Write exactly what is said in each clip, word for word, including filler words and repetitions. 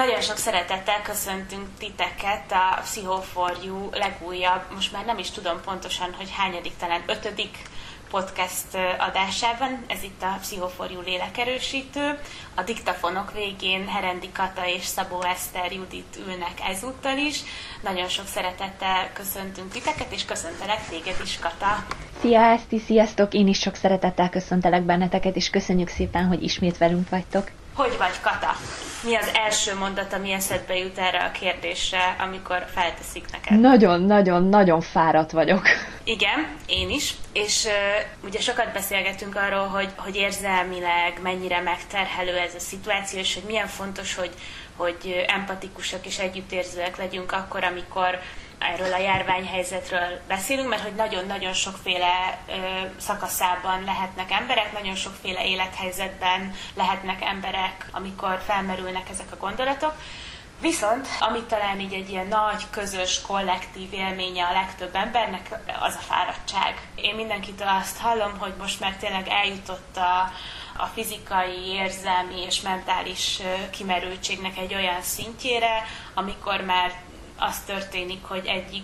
Nagyon sok szeretettel köszöntünk titeket a Pszicho for You legújabb, most már nem is tudom pontosan, hogy hányadik, talán ötödik podcast adásában. Ez itt a Pszicho for You lélekerősítő. A diktafonok végén Herendi Kata és Szabó Eszter Judit ülnek ezúttal is. Nagyon sok szeretettel köszöntünk titeket, és köszöntelek téged is, Kata. Szia, Eszti, sziasztok! Én is sok szeretettel köszöntelek benneteket, és köszönjük szépen, hogy ismét velünk vagytok. Hogy vagy, Kata? Mi az első mondat, ami eszedbe jut erre a kérdésre, amikor felteszik neked? Nagyon-nagyon-nagyon fáradt vagyok. Igen, én is. És uh, ugye sokat beszélgetünk arról, hogy, hogy érzelmileg mennyire megterhelő ez a szituáció, és hogy milyen fontos, hogy, hogy empatikusak és együttérzőek legyünk akkor, amikor erről a járványhelyzetről beszélünk, mert hogy nagyon-nagyon sokféle ö, szakaszában lehetnek emberek, nagyon sokféle élethelyzetben lehetnek emberek, amikor felmerülnek ezek a gondolatok. Viszont, amit talán így egy ilyen nagy, közös, kollektív élménye a legtöbb embernek, az a fáradtság. Én mindenkitől azt hallom, hogy most már tényleg eljutott a, a fizikai, érzelmi és mentális kimerültségnek egy olyan szintjére, amikor már az történik, hogy egyik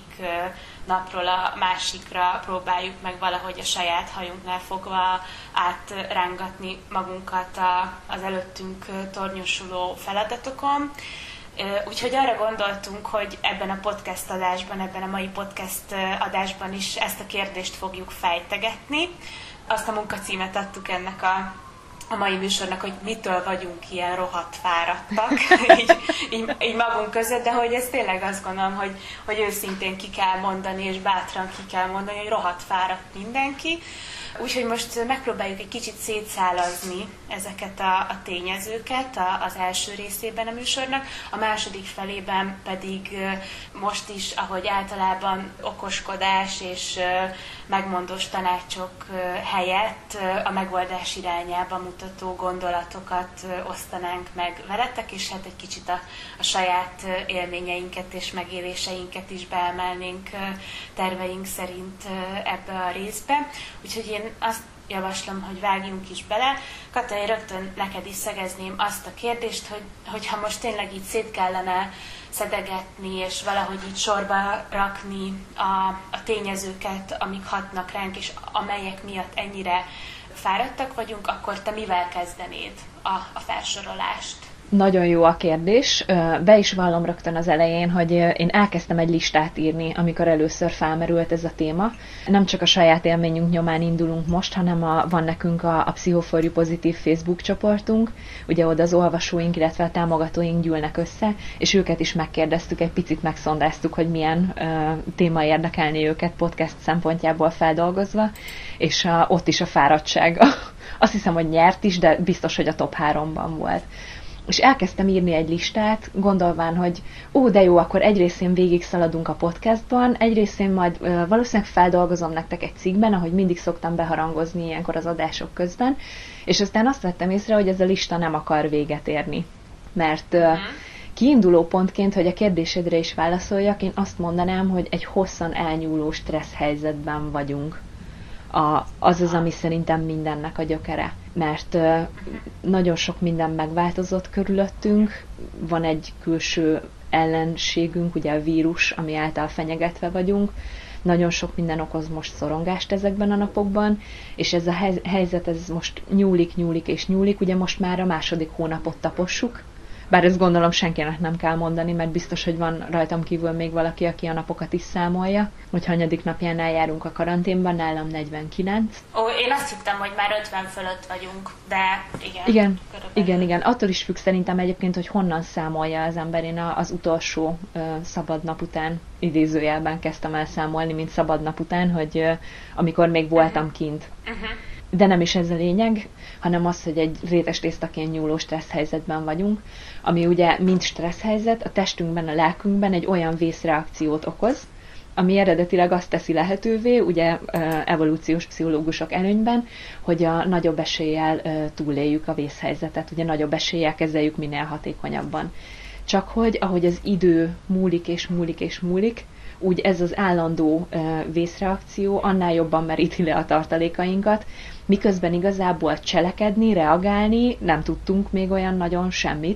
napról a másikra próbáljuk meg valahogy a saját hajunknál fogva átrángatni magunkat az előttünk tornyosuló feladatokon. Úgyhogy arra gondoltunk, hogy ebben a podcast adásban, ebben a mai podcast adásban is ezt a kérdést fogjuk fejtegetni. Azt a munkacímet adtuk ennek a a mai műsornak, hogy mitől vagyunk ilyen rohadt fáradtak, így, így, így magunk között, de hogy ez tényleg azt gondolom, hogy, hogy őszintén ki kell mondani, és bátran ki kell mondani, hogy rohadt fáradt mindenki. Úgyhogy most megpróbáljuk egy kicsit szétszálazni ezeket a, a tényezőket a, az első részében a műsornak, a második felében pedig most is, ahogy általában okoskodás és megmondós tanácsok helyett a megoldás irányába mutató gondolatokat osztanánk meg veletek, és hát egy kicsit a, a saját élményeinket és megéléseinket is beemelnénk terveink szerint ebbe a részbe. Úgyhogy én azt javaslom, hogy vágjunk is bele. Kata, én rögtön neked is szegezném azt a kérdést, hogy, hogyha most tényleg így szét kellene szedegetni, és valahogy így sorba rakni a, a tényezőket, amik hatnak ránk, és amelyek miatt ennyire fáradtak vagyunk, akkor te mivel kezdenéd a, a felsorolást? Nagyon jó a kérdés. Be is vallom rögtön az elején, hogy én elkezdtem egy listát írni, amikor először felmerült ez a téma. Nem csak a saját élményünk nyomán indulunk most, hanem a, van nekünk a, a Pszicho for You pozitív Facebook csoportunk. Ugye oda az olvasóink, illetve a támogatóink gyűlnek össze, és őket is megkérdeztük, egy picit megszondáztuk, hogy milyen uh, téma érdekelni őket podcast szempontjából feldolgozva, és a, ott is a fáradtság. Azt hiszem, hogy nyert is, de biztos, hogy a top háromban volt. És elkezdtem írni egy listát, gondolván, hogy ó, de jó, akkor egy részén végig szaladunk a podcastban, egy részén majd ö, valószínűleg feldolgozom nektek egy cikkben, ahogy mindig szoktam beharangozni ilyenkor az adások közben, és aztán azt vettem észre, hogy ez a lista nem akar véget érni. Mert ö, kiinduló pontként, hogy a kérdésedre is válaszoljak, én azt mondanám, hogy egy hosszan elnyúló stressz helyzetben vagyunk. A, az az, ami szerintem mindennek a gyökere. Mert uh, nagyon sok minden megváltozott körülöttünk, van egy külső ellenségünk, ugye a vírus, ami által fenyegetve vagyunk, nagyon sok minden okoz most szorongást ezekben a napokban, és ez a helyzet ez most nyúlik, nyúlik és nyúlik, ugye most már a második hónapot tapossuk, bár ezt gondolom senkinek nem kell mondani, mert biztos, hogy van rajtam kívül még valaki, aki a napokat is számolja, hogy hanyadik napjánál járunk a karanténban, nálam negyvenkilenc. Ó, én azt hittem, hogy már ötven fölött vagyunk, de igen. Igen, igen, igen. Attól is függ szerintem egyébként, hogy honnan számolja az ember. Én az utolsó uh, szabad nap után, idézőjelben kezdtem el számolni, mint szabad nap után, hogy uh, amikor még voltam uh-huh. kint. Uh-huh. De nem is ez a lényeg, hanem az, hogy egy rétes tésztaként nyúló stressz helyzetben vagyunk, ami ugye mind stressz helyzet, a testünkben, a lelkünkben egy olyan vészreakciót okoz, ami eredetileg azt teszi lehetővé, ugye evolúciós pszichológusok előnyben, hogy a nagyobb eséllyel túléljük a vészhelyzetet, ugye nagyobb eséllyel kezeljük minél hatékonyabban. Csak hogy ahogy az idő múlik és múlik és múlik, úgy ez az állandó vészreakció annál jobban meríti le a tartalékainkat, miközben igazából cselekedni, reagálni nem tudtunk még olyan nagyon semmit,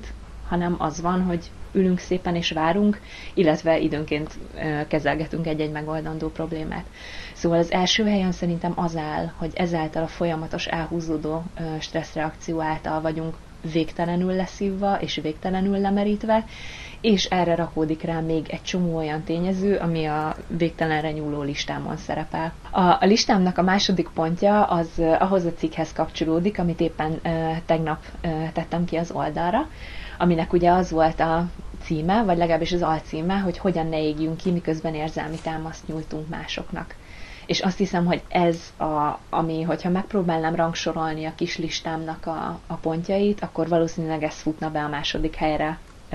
hanem az van, hogy ülünk szépen és várunk, illetve időnként kezelgetünk egy-egy megoldandó problémát. Szóval az első helyen szerintem az áll, hogy ezáltal a folyamatos elhúzódó stresszreakció által vagyunk végtelenül leszívva és végtelenül lemerítve, és erre rakódik rá még egy csomó olyan tényező, ami a végtelenre nyúló listámon szerepel. A, a listámnak a második pontja az ahhoz a cikkhez kapcsolódik, amit éppen e, tegnap e, tettem ki az oldalra, aminek ugye az volt a címe, vagy legalábbis az alcíme, hogy hogyan ne égjünk ki, miközben érzelmi támaszt nyújtunk másoknak. És azt hiszem, hogy ez, a, ami, hogyha megpróbálnám rangsorolni a kis listámnak a, a pontjait, akkor valószínűleg ez futna be a második helyre,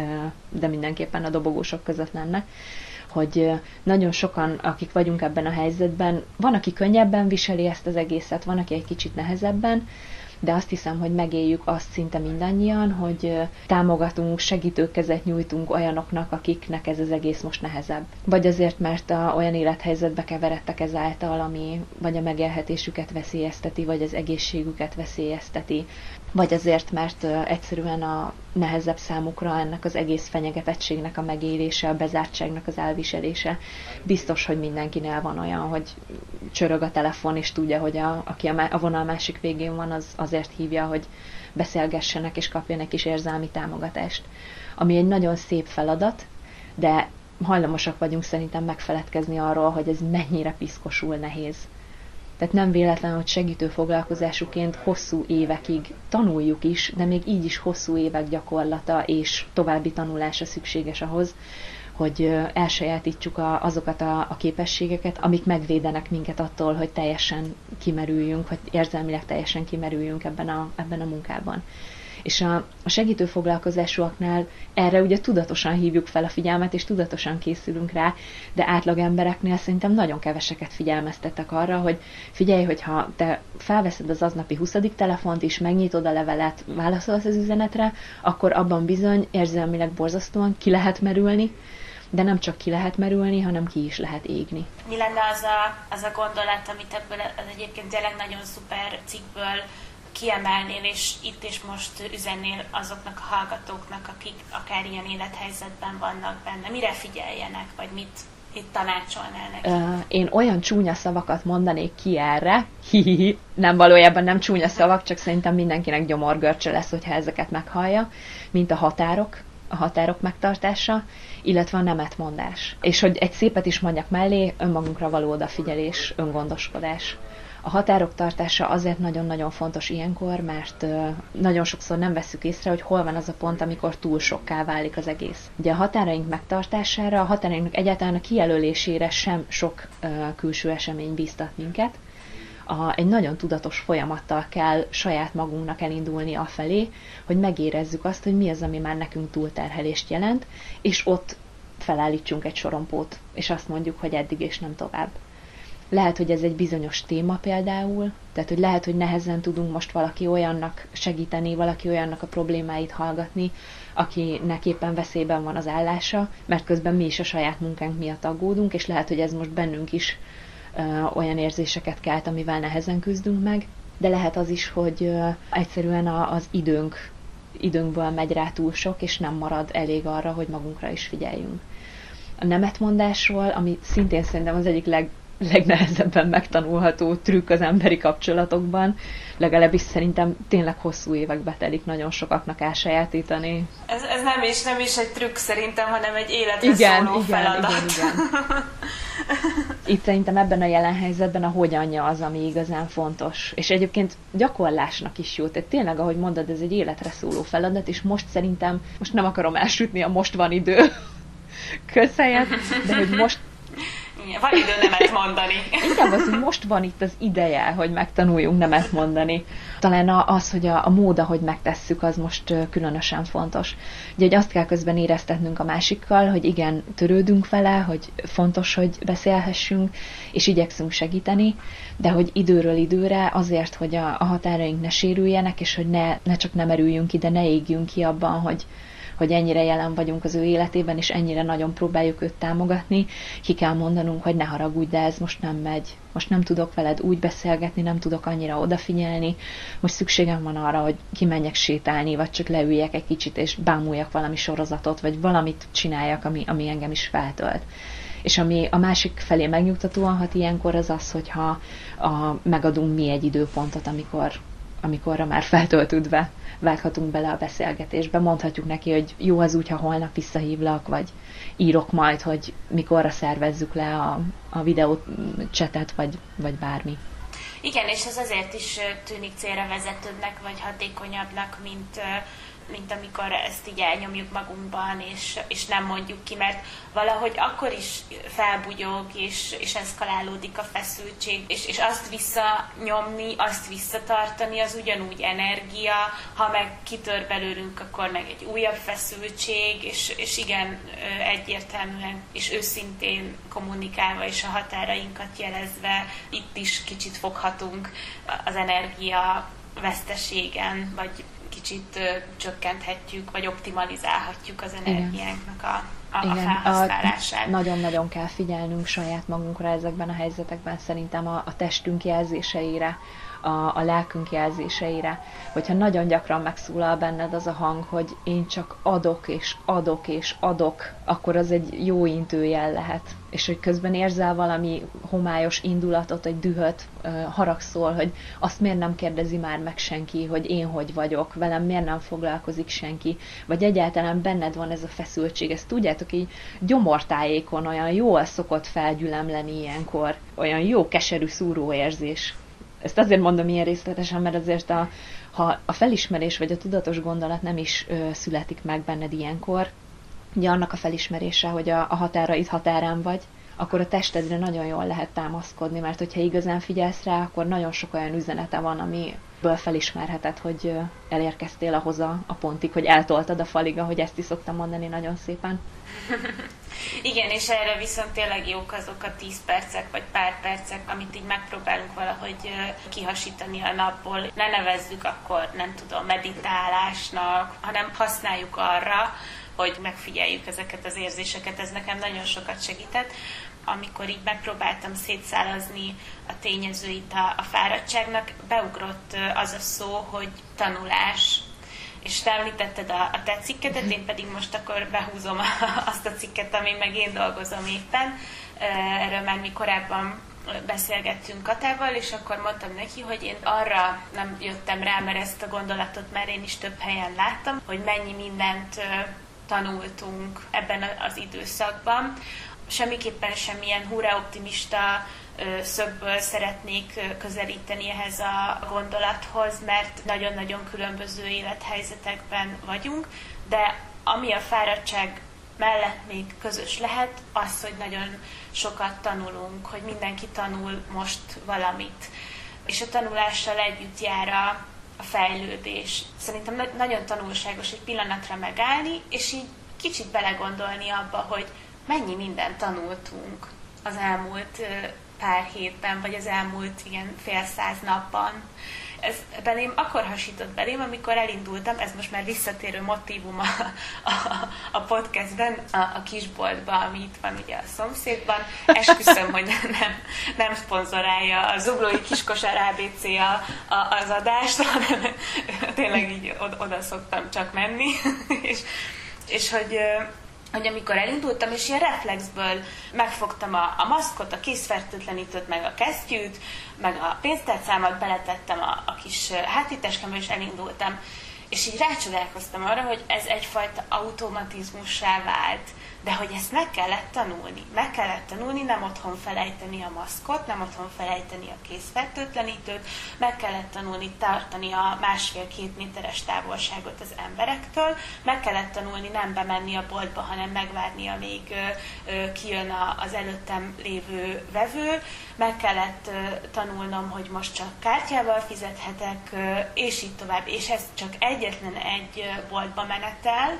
de mindenképpen a dobogósok között lenne, hogy nagyon sokan, akik vagyunk ebben a helyzetben, van, aki könnyebben viseli ezt az egészet, van, aki egy kicsit nehezebben, de azt hiszem, hogy megéljük azt szinte mindannyian, hogy támogatunk, segítőkezet nyújtunk olyanoknak, akiknek ez az egész most nehezebb. Vagy azért, mert a, olyan élethelyzetbe keveredtek ezáltal, ami vagy a megélhetésüket veszélyezteti, vagy az egészségüket veszélyezteti, vagy azért, mert egyszerűen a nehezebb számukra ennek az egész fenyegetettségnek a megélése, a bezártságnak az elviselése. Biztos, hogy mindenkinél van olyan, hogy csörög a telefon, és tudja, hogy a, aki a vonal másik végén van, az azért hívja, hogy beszélgessenek, és kapjon egy kis érzelmi támogatást. Ami egy nagyon szép feladat, de hajlamosak vagyunk szerintem megfeledkezni arról, hogy ez mennyire piszkosul nehéz. Tehát nem véletlen, hogy segítő foglalkozásuként hosszú évekig tanuljuk is, de még így is hosszú évek gyakorlata és további tanulása szükséges ahhoz, hogy elsajátítsuk a, azokat a, a képességeket, amik megvédenek minket attól, hogy teljesen kimerüljünk, hogy érzelmileg teljesen kimerüljünk ebben a, ebben a munkában. És a, a segítő foglalkozásúaknál erre ugye tudatosan hívjuk fel a figyelmet, és tudatosan készülünk rá, de átlag embereknél szerintem nagyon keveseket figyelmeztettek arra, hogy figyelj, hogyha te felveszed az aznapi huszadik telefont is, megnyitod a levelet, válaszolsz az üzenetre, akkor abban bizony érzelmileg borzasztóan ki lehet merülni, de nem csak ki lehet merülni, hanem ki is lehet égni. Mi lenne az a, az a gondolat, amit ebből az egyébként tényleg nagyon szuper cikkből kiemelnél, és itt és most üzennél azoknak a hallgatóknak, akik akár ilyen élethelyzetben vannak benne? Mire figyeljenek, vagy mit, mit tanácsolnál neki? Én olyan csúnya szavakat mondanék ki erre, hihihi, nem valójában nem csúnya szavak, csak szerintem mindenkinek gyomorgörcse lesz, hogyha ezeket meghallja, mint a határok, a határok megtartása, illetve a nemetmondás. És hogy egy szépet is mondjak mellé, önmagunkra való odafigyelés, öngondoskodás. A határok tartása azért nagyon-nagyon fontos ilyenkor, mert nagyon sokszor nem vesszük észre, hogy hol van az a pont, amikor túl sokká válik az egész. Ugye a határaink megtartására, a határainknak egyáltalán a kijelölésére sem sok külső esemény bíztat minket. A, egy nagyon tudatos folyamattal kell saját magunknak elindulni afelé, hogy megérezzük azt, hogy mi az, ami már nekünk túlterhelést jelent, és ott felállítsunk egy sorompót, és azt mondjuk, hogy eddig és nem tovább. Lehet, hogy ez egy bizonyos téma például, tehát hogy lehet, hogy nehezen tudunk most valaki olyannak segíteni, valaki olyannak a problémáit hallgatni, akinek éppen veszélyben van az állása, mert közben mi is a saját munkánk miatt aggódunk, és lehet, hogy ez most bennünk is ö, olyan érzéseket kelt, amivel nehezen küzdünk meg, de lehet az is, hogy ö, egyszerűen a, az időnk, időnkből megy rá túl sok, és nem marad elég arra, hogy magunkra is figyeljünk. A nemetmondásról, ami szintén szerintem az egyik leg legnehezebben megtanulható trükk az emberi kapcsolatokban, legalábbis szerintem tényleg hosszú évekbe telik nagyon sokaknak elsajátítani. Ez, ez nem, is, nem is egy trükk szerintem, hanem egy életre igen, szóló igen, feladat. Igen, igen. Itt szerintem ebben a jelen helyzetben a hogyanja az, ami igazán fontos. És egyébként gyakorlásnak is jó. Tehát tényleg, ahogy mondod, ez egy életre szóló feladat, és most szerintem, most nem akarom elsütni a most van idő közhelyet, de hogy most van idő nemet mondani. Inkább az, hogy most van itt az ideje, hogy megtanuljunk nemet mondani. Talán az, hogy a, a mód, ahogy megtesszük, az most különösen fontos. Ugye, hogy azt kell közben éreztetnünk a másikkal, hogy igen, törődünk vele, hogy fontos, hogy beszélhessünk, és igyekszünk segíteni, de hogy időről időre azért, hogy a, a határaink ne sérüljenek, és hogy ne, ne csak nem erüljünk ki, de ne égjünk ki abban, hogy hogy ennyire jelen vagyunk az ő életében, és ennyire nagyon próbáljuk őt támogatni, ki kell mondanunk, hogy ne haragudj, de ez most nem megy. Most nem tudok veled úgy beszélgetni, nem tudok annyira odafigyelni, most szükségem van arra, hogy kimenjek sétálni, vagy csak leüljek egy kicsit, és bámuljak valami sorozatot, vagy valamit csináljak, ami, ami engem is feltölt. És ami a másik felé megnyugtatóan hat ilyenkor, az az, hogyha a, megadunk mi egy időpontot, amikor, amikorra már feltöltődve vághatunk bele a beszélgetésbe. Mondhatjuk neki, hogy jó az úgy, ha holnap visszahívlak, vagy írok majd, hogy mikorra szervezzük le a, a videócsetet, vagy, vagy bármi. Igen, és ez azért is tűnik célra vezetőbbnek, vagy hatékonyabbnak, mint... mint amikor ezt így elnyomjuk magunkban, és, és nem mondjuk ki, mert valahogy akkor is felbugyog, és, és eszkalálódik a feszültség, és, és azt visszanyomni, azt visszatartani, az ugyanúgy energia, ha meg kitör belőlünk, akkor meg egy újabb feszültség, és, és igen, egyértelműen és őszintén kommunikálva, és a határainkat jelezve, itt is kicsit foghatunk az energia veszteségen, vagy kicsit ö, csökkenthetjük, vagy optimalizálhatjuk az energiánknak a, a, a felhasználását. Nagyon-nagyon kell figyelnünk saját magunkra ezekben a helyzetekben, szerintem a, a testünk jelzéseire, a, a lelkünk jelzéseire, hogyha nagyon gyakran megszólal benned az a hang, hogy én csak adok, és adok, és adok, akkor az egy jó intőjel lehet. És hogy közben érzel valami homályos indulatot, egy dühöt, haragszol, hogy azt miért nem kérdezi már meg senki, hogy én hogy vagyok, velem miért nem foglalkozik senki, vagy egyáltalán benned van ez a feszültség. Ezt tudjátok, így gyomortájékon olyan jól szokott felgyülemleni ilyenkor, olyan jó keserű szúróérzés. Ezt azért mondom ilyen részletesen, mert azért a, ha a felismerés vagy a tudatos gondolat nem is ö, születik meg benned ilyenkor, ugye annak a felismerése, hogy a, a határaid határán vagy, akkor a testedre nagyon jól lehet támaszkodni, mert hogyha igazán figyelsz rá, akkor nagyon sok olyan üzenete van, amiből felismerheted, hogy elérkeztél ahhoz a, a pontig, hogy eltoltad a falig, ahogy ezt is szoktam mondani nagyon szépen. Igen, és erre viszont tényleg jók azok a tíz percek, vagy pár percek, amit így megpróbálunk valahogy kihasítani a napból. Ne nevezzük akkor, nem tudom, meditálásnak, hanem használjuk arra, hogy megfigyeljük ezeket az érzéseket. Ez nekem nagyon sokat segített. Amikor így megpróbáltam szétszálazni a tényezőit a, a fáradtságnak, beugrott az a szó, hogy tanulás. És te említetted a, a te cikkedet, én pedig most akkor behúzom azt a cikket, amin meg én dolgozom éppen. Erről már mi korábban beszélgettünk Katával, és akkor mondtam neki, hogy én arra nem jöttem rá, mert ezt a gondolatot már én is több helyen láttam, hogy mennyi mindent tanultunk ebben az időszakban. Semmiképpen semmilyen hurra optimista szögből szeretnék közelíteni ehhez a gondolathoz, mert nagyon-nagyon különböző élethelyzetekben vagyunk, de ami a fáradtság mellett még közös lehet, az, hogy nagyon sokat tanulunk, hogy mindenki tanul most valamit. És a tanulással együtt jár a, a fejlődés. Szerintem nagyon tanulságos egy pillanatra megállni, és így kicsit belegondolni abba, hogy mennyi mindent tanultunk az elmúlt pár hétben, vagy az elmúlt igen, fél száz napban. Ez belém akkor hasított belém, amikor elindultam, ez most már visszatérő motívum a, a, a podcastben, a, a kisboltba, ami itt van ugye a szomszédban. Esküszöm, hogy nem, nem szponzorálja a Zuglói Kiskosár á bé cé a, a, az adást, hanem tényleg így oda szoktam csak menni, és, és hogy... hogy amikor elindultam, és ilyen reflexből megfogtam a, a maszkot, a készfertőtlenítőt, meg a kesztyűt, meg a pénztárcámat, beletettem a, a kis hátiteskámba, és elindultam. És így rácsodálkoztam arra, hogy ez egyfajta automatizmussá vált, de hogy ezt meg kellett tanulni. Meg kellett tanulni, nem otthon felejteni a maszkot, nem otthon felejteni a készfertőtlenítőt, meg kellett tanulni tartani a másfél-két méteres távolságot az emberektől, meg kellett tanulni nem bemenni a boltba, hanem megvárni, amíg ö, ö, kijön a, az előttem lévő vevő, meg kellett ö, tanulnom, hogy most csak kártyával fizethetek, ö, és így tovább, és ez csak egyetlen egy ö, boltba menetel,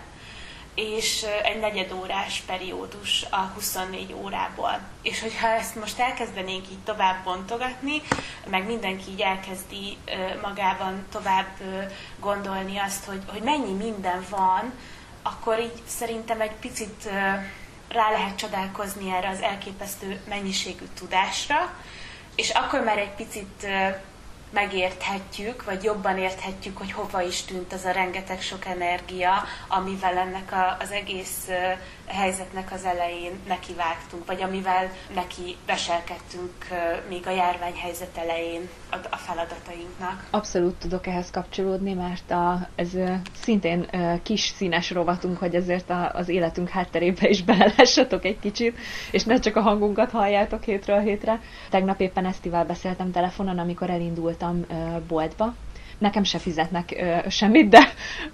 és egy negyedórás periódus a huszonnégy órából. És hogyha ezt most elkezdenénk így tovább bontogatni, meg mindenki így elkezdi magában tovább gondolni azt, hogy, hogy mennyi minden van, akkor így szerintem egy picit rá lehet csodálkozni erre az elképesztő mennyiségű tudásra, és akkor már egy picit megérthetjük, vagy jobban érthetjük, hogy hova is tűnt az a rengeteg sok energia, amivel ennek a, az egész helyzetnek az elején nekivágtunk, vagy amivel neki veselkedtünk még a járványhelyzet elején a, a feladatainknak. Abszolút tudok ehhez kapcsolódni, mert a, ez szintén kis színes rovatunk, hogy ezért a, az életünk hátterébe is belelássatok egy kicsit, és ne csak a hangunkat halljátok hétről hétre. Tegnap éppen Esztivel beszéltem telefonon, amikor elindultam boltba. Nekem se fizetnek semmit, de...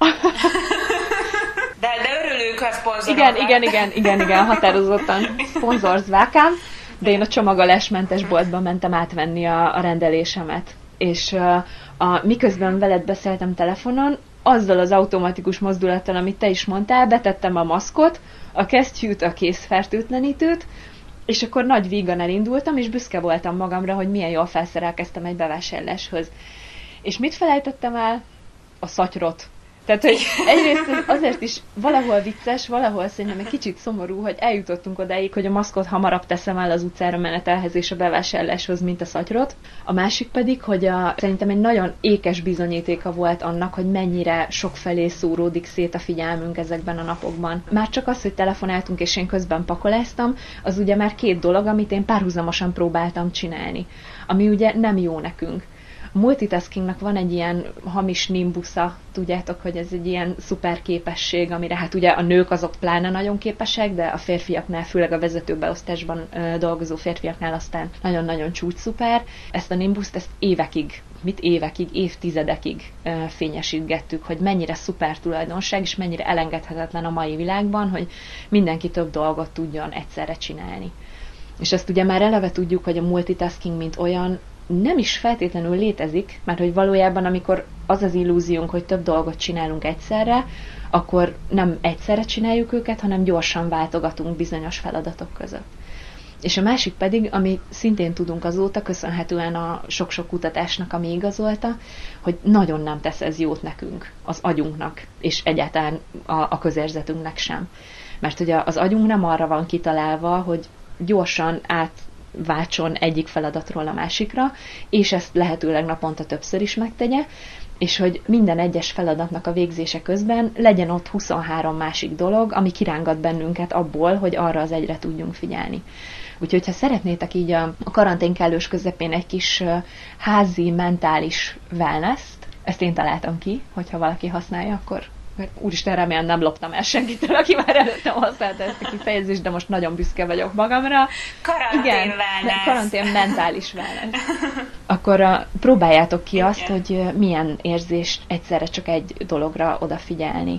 De, de örülünk a szponzoroknak. Igen, igen, igen, igen, igen, határozottan szponzorzvákám, de én a csomagolásmentes boltba mentem átvenni a, a rendelésemet. És a, a, miközben veled beszéltem telefonon, azzal az automatikus mozdulattal, amit te is mondtál, betettem a maszkot, a kesztyűt, a kézfertőtlenítőt, és akkor nagy vígan elindultam, és büszke voltam magamra, hogy milyen jól felszerelkeztem egy bevásárláshoz. És mit felejtettem el? A szatyrot. Tehát, hogy egyrészt azért is valahol vicces, valahol szerintem egy kicsit szomorú, hogy eljutottunk odáig, hogy a maszkot hamarabb teszem el az utcára menetelhez és a bevásárláshoz, mint a szatyrot. A másik pedig, hogy a, szerintem egy nagyon ékes bizonyítéka volt annak, hogy mennyire sokfelé szóródik szét a figyelmünk ezekben a napokban. Már csak az, hogy telefonáltunk és én közben pakoláztam, az ugye már két dolog, amit én párhuzamosan próbáltam csinálni, ami ugye nem jó nekünk. A multitaskingnak van egy ilyen hamis nimbusza, tudjátok, hogy ez egy ilyen szuper képesség, amire hát ugye a nők azok pláne nagyon képesek, de a férfiaknál, főleg a vezetőbeosztásban ö, dolgozó férfiaknál aztán nagyon-nagyon csúcs szuper. Ezt a nimbuszt, ezt évekig, mit évekig, évtizedekig ö, fényesítgettük, hogy mennyire szuper tulajdonság, és mennyire elengedhetetlen a mai világban, hogy mindenki több dolgot tudjon egyszerre csinálni. És ezt ugye már eleve tudjuk, hogy a multitasking mint olyan nem is feltétlenül létezik, mert hogy valójában amikor az az illúziónk, hogy több dolgot csinálunk egyszerre, akkor nem egyszerre csináljuk őket, hanem gyorsan váltogatunk bizonyos feladatok között. És a másik pedig, ami szintén tudunk azóta, köszönhetően a sok-sok kutatásnak, ami igazolta, hogy nagyon nem tesz ez jót nekünk, az agyunknak, és egyáltalán a, a közérzetünknek sem. Mert hogy az agyunk nem arra van kitalálva, hogy gyorsan át váltson egyik feladatról a másikra, és ezt lehetőleg naponta többször is megtegye, és hogy minden egyes feladatnak a végzése közben legyen ott huszonhárom másik dolog, ami kirángat bennünket abból, hogy arra az egyre tudjunk figyelni. Úgyhogy, ha szeretnétek így a karantén kellős közepén egy kis házi, mentális wellness-t, ezt én találtam ki, hogyha valaki használja, akkor úristen, remélem nem loptam el senkitől, aki már előttem használta ezt a kifejezést, de most nagyon büszke vagyok magamra. Karantén Igen, wellness. Karantén mentális wellness. Akkor a, próbáljátok ki azt, igen, hogy milyen érzés egyszerre csak egy dologra odafigyelni.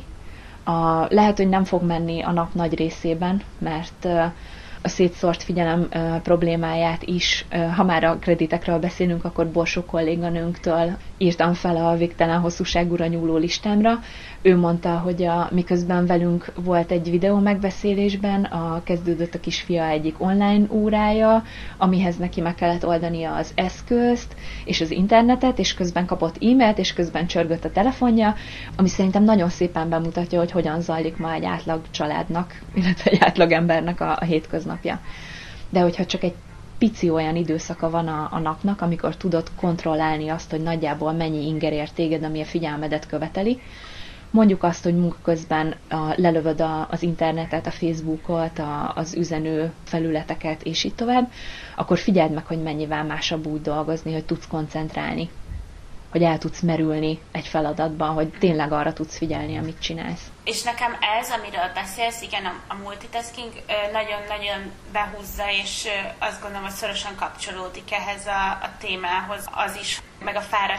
A, lehet, hogy nem fog menni a nap nagy részében, mert a szétszórt figyelem uh, problémáját is, uh, ha már a kreditekről beszélünk, akkor Borsó kolléganőnktől írtam fel a végtelen hosszúságúra nyúló listámra. Ő mondta, hogy a, miközben velünk volt egy videó megbeszélésben, a, kezdődött a kisfia egyik online órája, amihez neki meg kellett oldania az eszközt és az internetet, és közben kapott e-mailt, és közben csörgött a telefonja, ami szerintem nagyon szépen bemutatja, hogy hogyan zajlik ma egy átlag családnak, illetve egy átlag embernek a, a hétköznapja. De hogyha csak egy pici olyan időszaka van a, a napnak, amikor tudod kontrollálni azt, hogy nagyjából mennyi inger ér téged, ami a figyelmedet követeli, mondjuk azt, hogy munka közben a, lelövöd a, az internetet, a Facebookot, a, az üzenő felületeket, és így tovább, akkor figyeld meg, hogy mennyivel másabb úgy dolgozni, hogy tudsz koncentrálni, hogy el tudsz merülni egy feladatban, hogy tényleg arra tudsz figyelni, amit csinálsz. És nekem ez, amiről beszélsz, igen, a, a multitasking nagyon-nagyon behúzza, és azt gondolom, hogy szorosan kapcsolódik ehhez a, a témához. Az is, meg a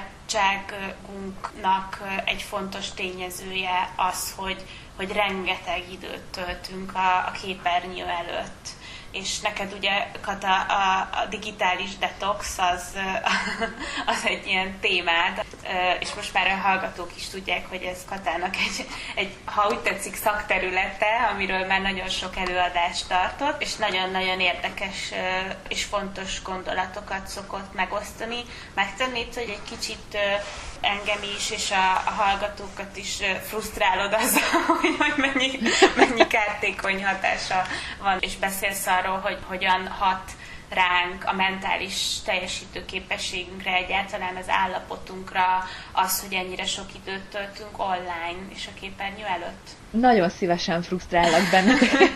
fáradtságunknak egy fontos tényezője az, hogy, hogy rengeteg időt töltünk a, a képernyő előtt. És neked ugye, Kata, a, a digitális detox az, az egy ilyen témád. és most már a hallgatók is tudják, hogy ez Katának egy, egy, ha úgy tetszik, szakterülete, amiről már nagyon sok előadást tartott, és nagyon-nagyon érdekes és fontos gondolatokat szokott megosztani, megtenni, hogy egy kicsit engem is, és a, a hallgatókat is frusztrálod azzal, hogy, hogy mennyi, mennyi kártékony hatása van, és beszélsz arról, hogy hogyan hat ránk, a mentális teljesítőképességünkre, egyáltalán az állapotunkra az, hogy ennyire sok időt töltünk online és a képernyő előtt. Nagyon szívesen frusztrálok benne.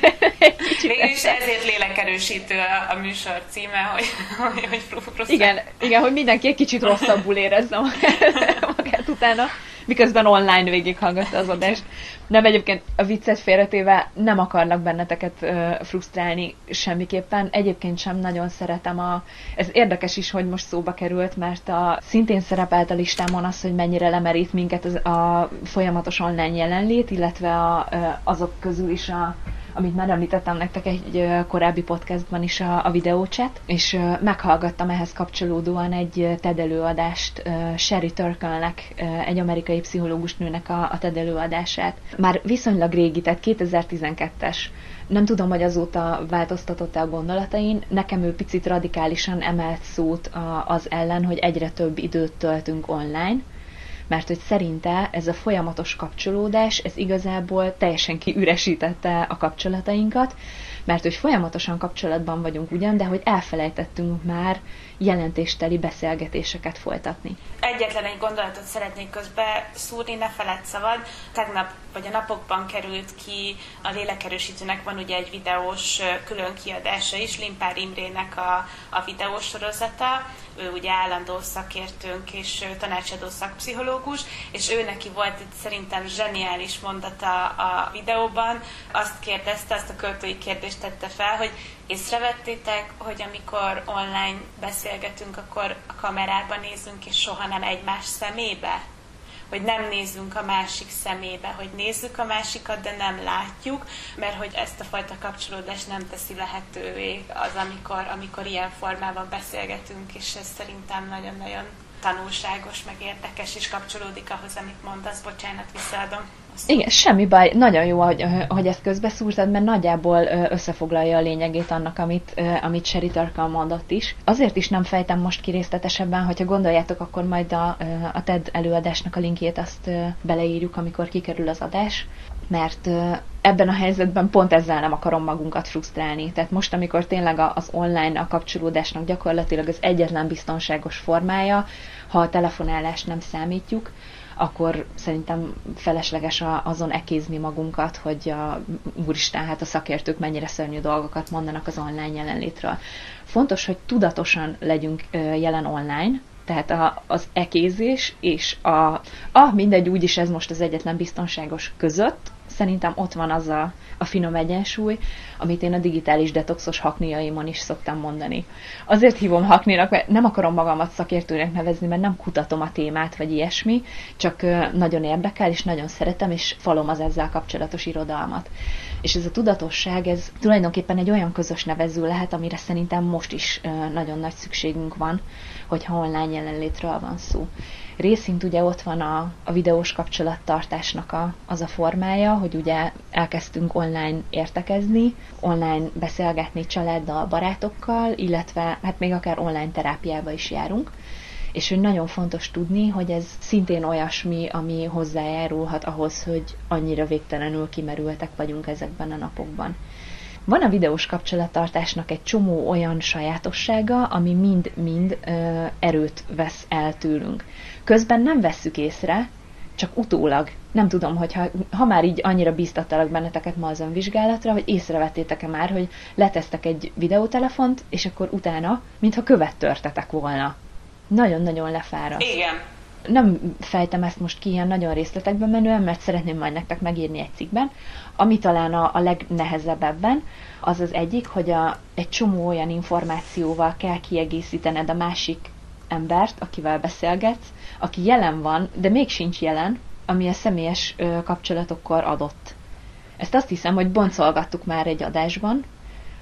Mégis ezért lélekerősítő a, a műsor címe, hogy, hogy, hogy frusztrál. Igen, igen, hogy mindenki egy kicsit rosszabbul érezze magát, magát utána, miközben online végighallgatta az adást. Nem, egyébként a viccet félretéve nem akarnak benneteket uh, frusztrálni semmiképpen. Egyébként sem nagyon szeretem a... Ez érdekes is, hogy most szóba került, mert a, szintén szerepelt a listámon az, hogy mennyire lemerít minket az, a folyamatos online jelenlét, illetve a, azok közül is a amit már említettem nektek egy korábbi podcastban is a, a videóchat, és meghallgattam ehhez kapcsolódóan egy TED előadást, Sherry Turkle-nek, egy amerikai pszichológus nőnek a, a TED előadását. Már viszonylag régi, tehát kétezer-tizenkettes. Nem tudom, hogy azóta változtatott-e a gondolatain. Nekem ő picit radikálisan emelt szót az ellen, hogy egyre több időt töltünk online, mert hogy szerinte ez a folyamatos kapcsolódás, ez igazából teljesen kiüresítette a kapcsolatainkat, mert hogy folyamatosan kapcsolatban vagyunk ugyan, de hogy elfelejtettünk már jelentésteli beszélgetéseket folytatni. Egyetlen egy gondolatot szeretnék közbe szúrni, ne feledd szabad. Tegnap vagy a napokban került ki, a Lélekerősítőnek van ugye egy videós külön kiadása is, Limpár Imrének a, a videós sorozata. Ő ugye állandó szakértőnk és tanácsadó szakpszichológus, és ő neki volt itt szerintem zseniális mondata a videóban. Azt kérdezte, azt a költői kérdést tette fel, hogy észrevettétek, hogy amikor online beszélgetünk, akkor a kamerában nézünk, és soha nem egymás szemébe? Hogy nem nézzünk a másik szemébe, hogy nézzük a másikat, de nem látjuk, mert hogy ezt a fajta kapcsolódást nem teszi lehetővé az, amikor, amikor ilyen formában beszélgetünk, és ez szerintem nagyon-nagyon tanulságos, meg érdekes, és kapcsolódik ahhoz, amit mondasz. Bocsánat, visszaadom. Igen, semmi baj. Nagyon jó, hogy, hogy ezt közbeszúrtad, mert nagyjából összefoglalja a lényegét annak, amit, amit Sherry Turkle mondott is. Azért is nem fejtem most ki részletesebben, hogyha gondoljátok, akkor majd a, a TED előadásnak a linkjét azt beleírjuk, amikor kikerül az adás, mert ebben a helyzetben pont ezzel nem akarom magunkat frusztrálni. Tehát most, amikor tényleg az online a kapcsolódásnak gyakorlatilag az egyetlen biztonságos formája, ha a telefonálást nem számítjuk, akkor szerintem felesleges azon ekézni magunkat, hogy a, úristen, hát a szakértők mennyire szörnyű dolgokat mondanak az online jelenlétről. Fontos, hogy tudatosan legyünk jelen online, tehát a, az ekézés és a, ah, mindegy, úgyis ez most az egyetlen biztonságos között, szerintem ott van az a, a finom egyensúly, amit én a digitális detoxos hakniaimon is szoktam mondani. Azért hívom hakninak, mert nem akarom magamat szakértőnek nevezni, mert nem kutatom a témát, vagy ilyesmi, csak nagyon érdekel, és nagyon szeretem, és falom az ezzel kapcsolatos irodalmat. És ez a tudatosság, ez tulajdonképpen egy olyan közös nevező lehet, amire szerintem most is nagyon nagy szükségünk van, hogyha online jelenlétről van szó. Részint ugye ott van a, a videós kapcsolattartásnak a, az a formája, hogy ugye elkezdtünk online értekezni, online beszélgetni családdal, barátokkal, illetve hát még akár online terápiába is járunk. És hogy nagyon fontos tudni, hogy ez szintén olyasmi, ami hozzájárulhat ahhoz, hogy annyira végtelenül kimerültek vagyunk ezekben a napokban. Van a videós kapcsolattartásnak egy csomó olyan sajátossága, ami mind-mind ö, erőt vesz el tőlünk. Közben nem vesszük észre, csak utólag. Nem tudom, hogy ha, ha már így annyira bíztattalak benneteket ma az önvizsgálatra, hogy észrevettétek-e már, hogy letesztek egy videótelefont, és akkor utána, mintha követ törtetek volna. Nagyon-nagyon lefáraszt. Igen. Nem fejtem ezt most ki ilyen nagyon részletekben menően, mert szeretném majd nektek megírni egy cikkben. Ami talán a, a legnehezebb ebben, az az egyik, hogy a, egy csomó olyan információval kell kiegészítened a másik embert, akivel beszélgetsz, aki jelen van, de még sincs jelen, ami a személyes ö, kapcsolatokkor adott. Ezt azt hiszem, hogy boncolgattuk már egy adásban,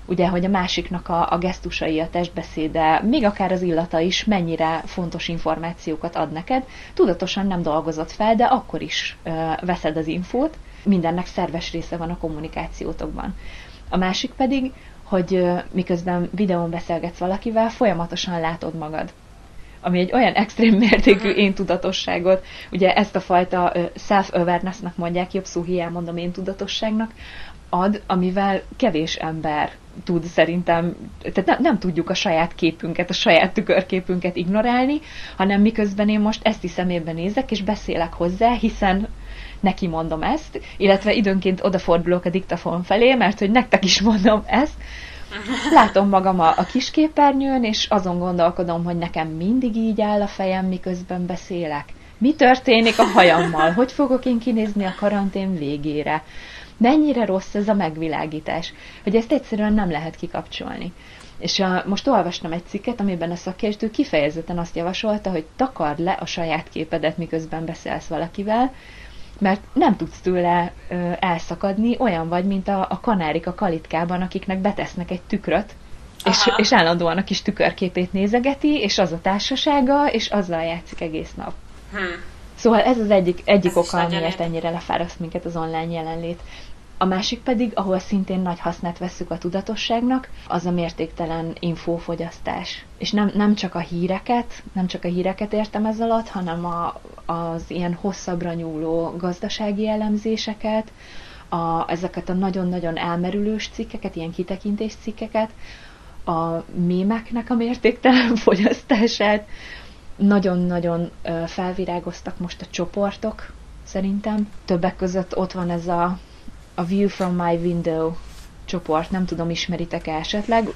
ugye, hogy a másiknak a, a gesztusai, a testbeszéde, még akár az illata is mennyire fontos információkat ad neked. Tudatosan nem dolgozott fel, de akkor is ö, veszed az infót, mindennek szerves része van a kommunikációtokban. A másik pedig, hogy ö, miközben videón beszélgetsz valakivel, folyamatosan látod magad. Ami egy olyan extrém mértékű én tudatosságot, ugye ezt a fajta self-awareness-nak mondják, jobb szó hiány mondom én tudatosságnak, ad, amivel kevés ember tud szerintem, tehát nem, nem tudjuk a saját képünket, a saját tükörképünket ignorálni, hanem miközben én most ezt is szemébe nézek, és beszélek hozzá, hiszen neki mondom ezt, illetve időnként odafordulok a diktafon felé, mert hogy nektek is mondom ezt, látom magam a, a kisképernyőn, és azon gondolkodom, hogy nekem mindig így áll a fejem, miközben beszélek. Mi történik a hajammal? Hogy fogok én kinézni a karantén végére? Mennyire rossz ez a megvilágítás, hogy ezt egyszerűen nem lehet kikapcsolni. És a, most olvastam egy cikket, amiben a szakértő kifejezetten azt javasolta, hogy takard le a saját képedet, miközben beszélsz valakivel, mert nem tudsz tőle ö, elszakadni, olyan vagy, mint a, a kanárik a kalitkában, akiknek betesznek egy tükröt, és, és állandóan a kis tükörképét nézegeti, és az a társasága, és azzal játszik egész nap. Hmm. Szóval ez az egyik, egyik ez oka, amiért ennyire lefáraszt minket az online jelenlét. A másik pedig, ahol szintén nagy hasznát vesszük a tudatosságnak, az a mértéktelen infófogyasztás. És nem, nem csak a híreket, nem csak a híreket értem ez alatt, hanem a, az ilyen hosszabbra nyúló gazdasági elemzéseket, a, ezeket a nagyon-nagyon elmerülős cikkeket, ilyen kitekintés cikkeket, a mémeknek a mértéktelen fogyasztását. Nagyon-nagyon felvirágoztak most a csoportok, szerintem. Többek között ott van ez a A View from My Window csoport, nem tudom, ismeritek-e esetleg?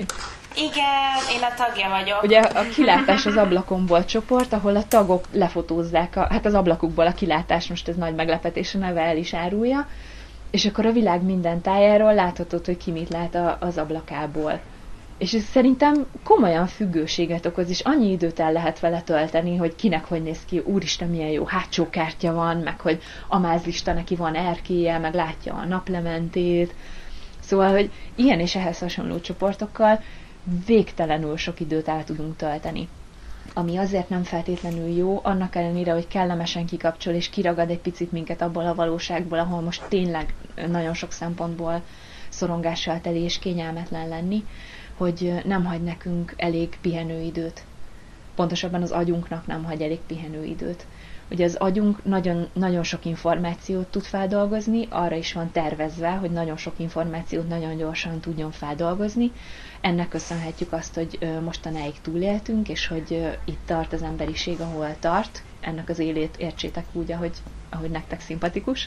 Igen, én a tagja vagyok. Ugye a kilátás az ablakomból csoport, ahol a tagok lefotózzák, a, hát az ablakukból a kilátás, most ez nagy meglepetés, a neve el is árulja, és akkor a világ minden tájáról láthatod, hogy ki mit lát a, az ablakából. És ez szerintem komolyan függőséget okoz, és annyi időt el lehet vele tölteni, hogy kinek hogy néz ki, úristen, milyen jó hátsó kártya van, meg hogy amázlista neki van erkélye, meg látja a naplementét. Szóval, hogy ilyen és ehhez hasonló csoportokkal végtelenül sok időt el tudunk tölteni. Ami azért nem feltétlenül jó, annak ellenére, hogy kellemesen kikapcsol, és kiragad egy picit minket abból a valóságból, ahol most tényleg nagyon sok szempontból szorongással teli és kényelmetlen lenni, hogy nem hagy nekünk elég pihenőidőt. Pontosabban az agyunknak nem hagy elég pihenőidőt. Ugye az agyunk nagyon, nagyon sok információt tud feldolgozni, arra is van tervezve, hogy nagyon sok információt nagyon gyorsan tudjon feldolgozni. Ennek köszönhetjük azt, hogy mostanáig túléltünk, és hogy itt tart az emberiség, ahol tart. Ennek az élét értsétek úgy, ahogy, ahogy nektek szimpatikus.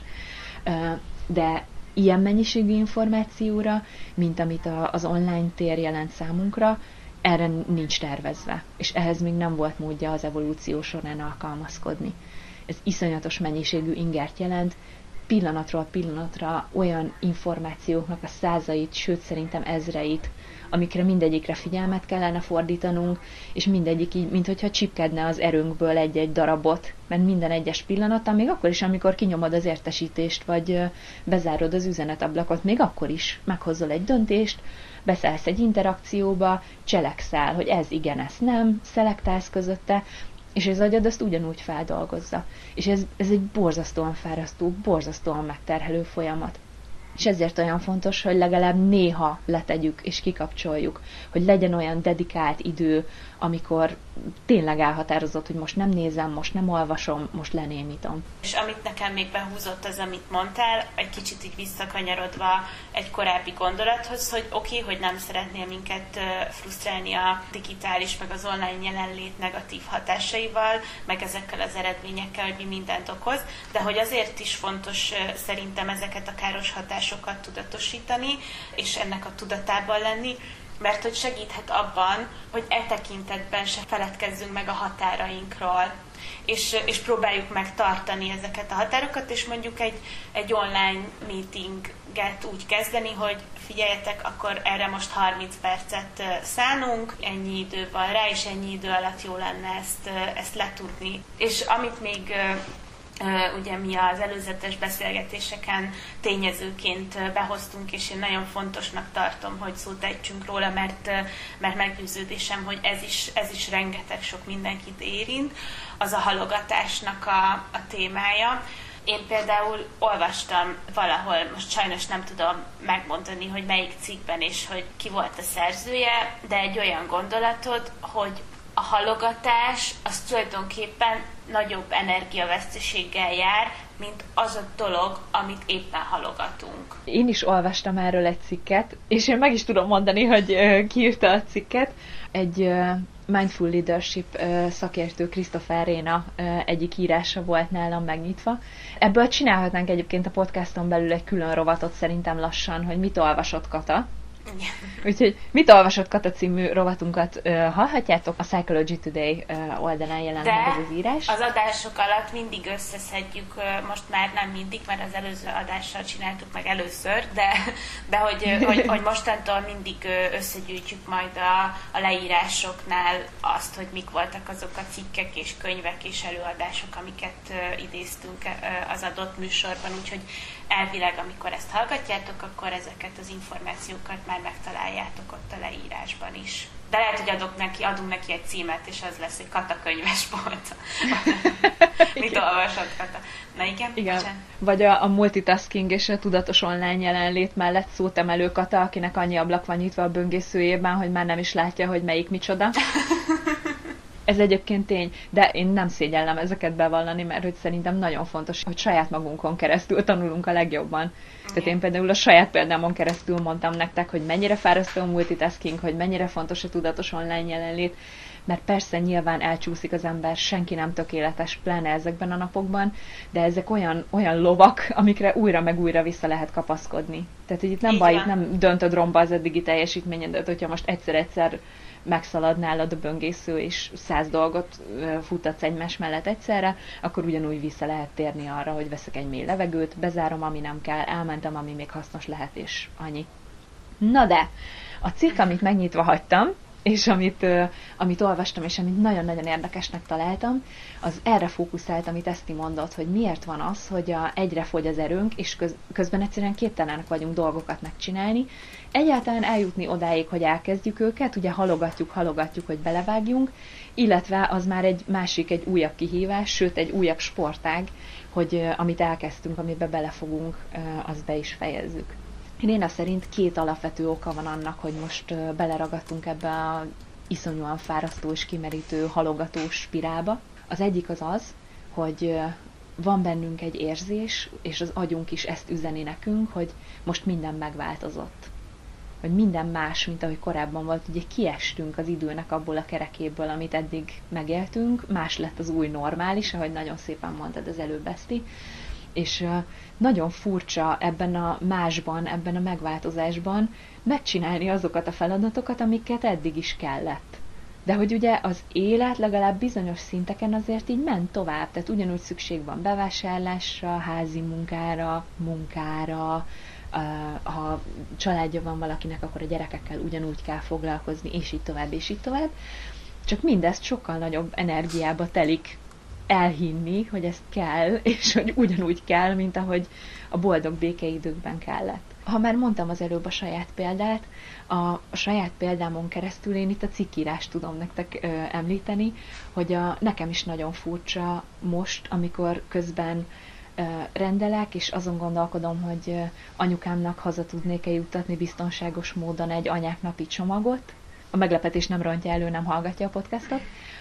De ilyen mennyiségű információra, mint amit a, az online tér jelent számunkra, erre nincs tervezve, és ehhez még nem volt módja az evolúció során alkalmazkodni. Ez iszonyatos mennyiségű ingert jelent, pillanatról pillanatra olyan információknak a százait, sőt szerintem ezreit, amikre mindegyikre figyelmet kellene fordítanunk, és mindegyik így, minthogyha csipkedne az erőnkből egy-egy darabot, mert minden egyes pillanatban, még akkor is, amikor kinyomod az értesítést, vagy bezárod az üzenetablakot, még akkor is meghozol egy döntést, beszállsz egy interakcióba, cselekszel, hogy ez igen, ez nem, szelektálsz közötte, és az agyad azt ugyanúgy feldolgozza. És ez, ez egy borzasztóan fárasztó, borzasztóan megterhelő folyamat. És ezért olyan fontos, hogy legalább néha letegyük és kikapcsoljuk, hogy legyen olyan dedikált idő, amikor tényleg elhatározott, hogy most nem nézem, most nem olvasom, most lenémítom. És amit nekem még behúzott az, amit mondtál, egy kicsit így visszakanyarodva egy korábbi gondolathoz, hogy oké, okay, hogy nem szeretnél minket frusztrálni a digitális, meg az online jelenlét negatív hatásaival, meg ezekkel az eredményekkel, hogy mi mindent okoz, de hogy azért is fontos szerintem ezeket a káros hatásokat tudatosítani, és ennek a tudatában lenni, mert hogy segíthet abban, hogy e tekintetben se feledkezzünk meg a határainkról, és, és próbáljuk meg tartani ezeket a határokat, és mondjuk egy, egy online meetinget úgy kezdeni, hogy figyeljetek, akkor erre most harminc percet szánunk, ennyi idő van rá, és ennyi idő alatt jó lenne ezt, ezt letudni. És amit még ugye mi az előzetes beszélgetéseken tényezőként behoztunk, és én nagyon fontosnak tartom, hogy szót ejtsünk róla, mert, mert meggyőződésem, hogy ez is, ez is rengeteg sok mindenkit érint, az a halogatásnak a, a témája. Én például olvastam valahol, most sajnos nem tudom megmondani, hogy melyik cikkben és hogy ki volt a szerzője, de egy olyan gondolatot, hogy a halogatás az tulajdonképpen nagyobb energiaveszteséggel jár, mint az a dolog, amit éppen halogatunk. Én is olvastam erről egy cikket, és én meg is tudom mondani, hogy ki írta a cikket. Egy Mindful Leadership szakértő, Christopher Réna egyik írása volt nálam megnyitva. Ebből csinálhatnánk egyébként a podcaston belül egy külön rovatot szerintem lassan, hogy mit olvasott Kata. Igen. Úgyhogy mit olvasott Kata című rovatunkat uh, hallhatjátok, a Psychology Today uh, oldalán jelent meg ez az írás. Az adások alatt mindig összeszedjük, uh, most már nem mindig, mert az előző adással csináltuk meg először, de, de hogy, hogy, hogy mostantól mindig uh, összegyűjtjük majd a, a leírásoknál azt, hogy mik voltak azok a cikkek és könyvek és előadások, amiket uh, idéztünk uh, az adott műsorban, úgyhogy elvileg, amikor ezt hallgatjátok, akkor ezeket az információkat már megtaláljátok ott a leírásban is. De lehet, hogy adok neki, adunk neki egy címet, és az lesz, hogy Kata könyvespolc. Mit olvasod, Kata? Na igen? Igen. Vagy a, a multitasking és a tudatos online jelenlét mellett szótemelő Kata, akinek annyi ablak van nyitva a böngészőjében, hogy már nem is látja, hogy melyik micsoda. Ez egyébként tény, de én nem szégyellem ezeket bevallani, mert hogy szerintem nagyon fontos, hogy saját magunkon keresztül tanulunk a legjobban. Igen. Tehát én például a saját példámon keresztül mondtam nektek, hogy mennyire fárasztó a multitasking, hogy mennyire fontos a tudatos online jelenlét, mert persze nyilván elcsúszik az ember, senki nem tökéletes, pláne ezekben a napokban, de ezek olyan, olyan lovak, amikre újra meg újra vissza lehet kapaszkodni. Tehát, hogy itt nem baj, itt nem döntöd romba az eddigi teljesítményedet, hogyha most egyszer-egyszer megszalad nálad a böngésző, és száz dolgot futtatsz egymás mellett egyszerre, akkor ugyanúgy vissza lehet térni arra, hogy veszek egy mély levegőt, bezárom, ami nem kell, elmentem, ami még hasznos lehet, és annyi. Na de, a cikk, amit megnyitva hagytam, és amit, uh, amit olvastam, és amit nagyon-nagyon érdekesnek találtam, az erre fókuszált, amit Eszti mondott, hogy miért van az, hogy a, egyre fogy az erőnk, és köz, közben egyszerűen képtelenek vagyunk dolgokat megcsinálni. Egyáltalán eljutni odáig, hogy elkezdjük őket, ugye halogatjuk, halogatjuk, hogy belevágjunk, illetve az már egy másik, egy újabb kihívás, sőt egy újabb sportág, hogy uh, amit elkezdtünk, amiben belefogunk, uh, azt be is fejezzük. Réna szerint két alapvető oka van annak, hogy most beleragadtunk ebbe a iszonyúan fárasztó és kimerítő halogatós spirálba. Az egyik az az, hogy van bennünk egy érzés, és az agyunk is ezt üzeni nekünk, hogy most minden megváltozott. Hogy minden más, mint ahogy korábban volt, ugye kiestünk az időnek abból a kerekéből, amit eddig megéltünk, más lett az új normális, ahogy nagyon szépen mondtad az előbb, Eszti. És nagyon furcsa ebben a másban, ebben a megváltozásban megcsinálni azokat a feladatokat, amiket eddig is kellett. De hogy ugye az élet legalább bizonyos szinteken azért így ment tovább, tehát ugyanúgy szükség van bevásárlásra, házi munkára, munkára, ha családja van valakinek, akkor a gyerekekkel ugyanúgy kell foglalkozni, és így tovább, és így tovább. Csak mindezt sokkal nagyobb energiába telik elhinni, hogy ezt kell, és hogy ugyanúgy kell, mint ahogy a boldog békeidőkben kellett. Ha már mondtam az előbb a saját példát, a, a saját példámon keresztül én itt a cikkírást tudom nektek ö, említeni, hogy a, nekem is nagyon furcsa most, amikor közben ö, rendelek, és azon gondolkodom, hogy ö, anyukámnak haza tudnék-e juttatni biztonságos módon egy anyák napi csomagot. A meglepetés nem rontja elő, nem hallgatja a podcastot.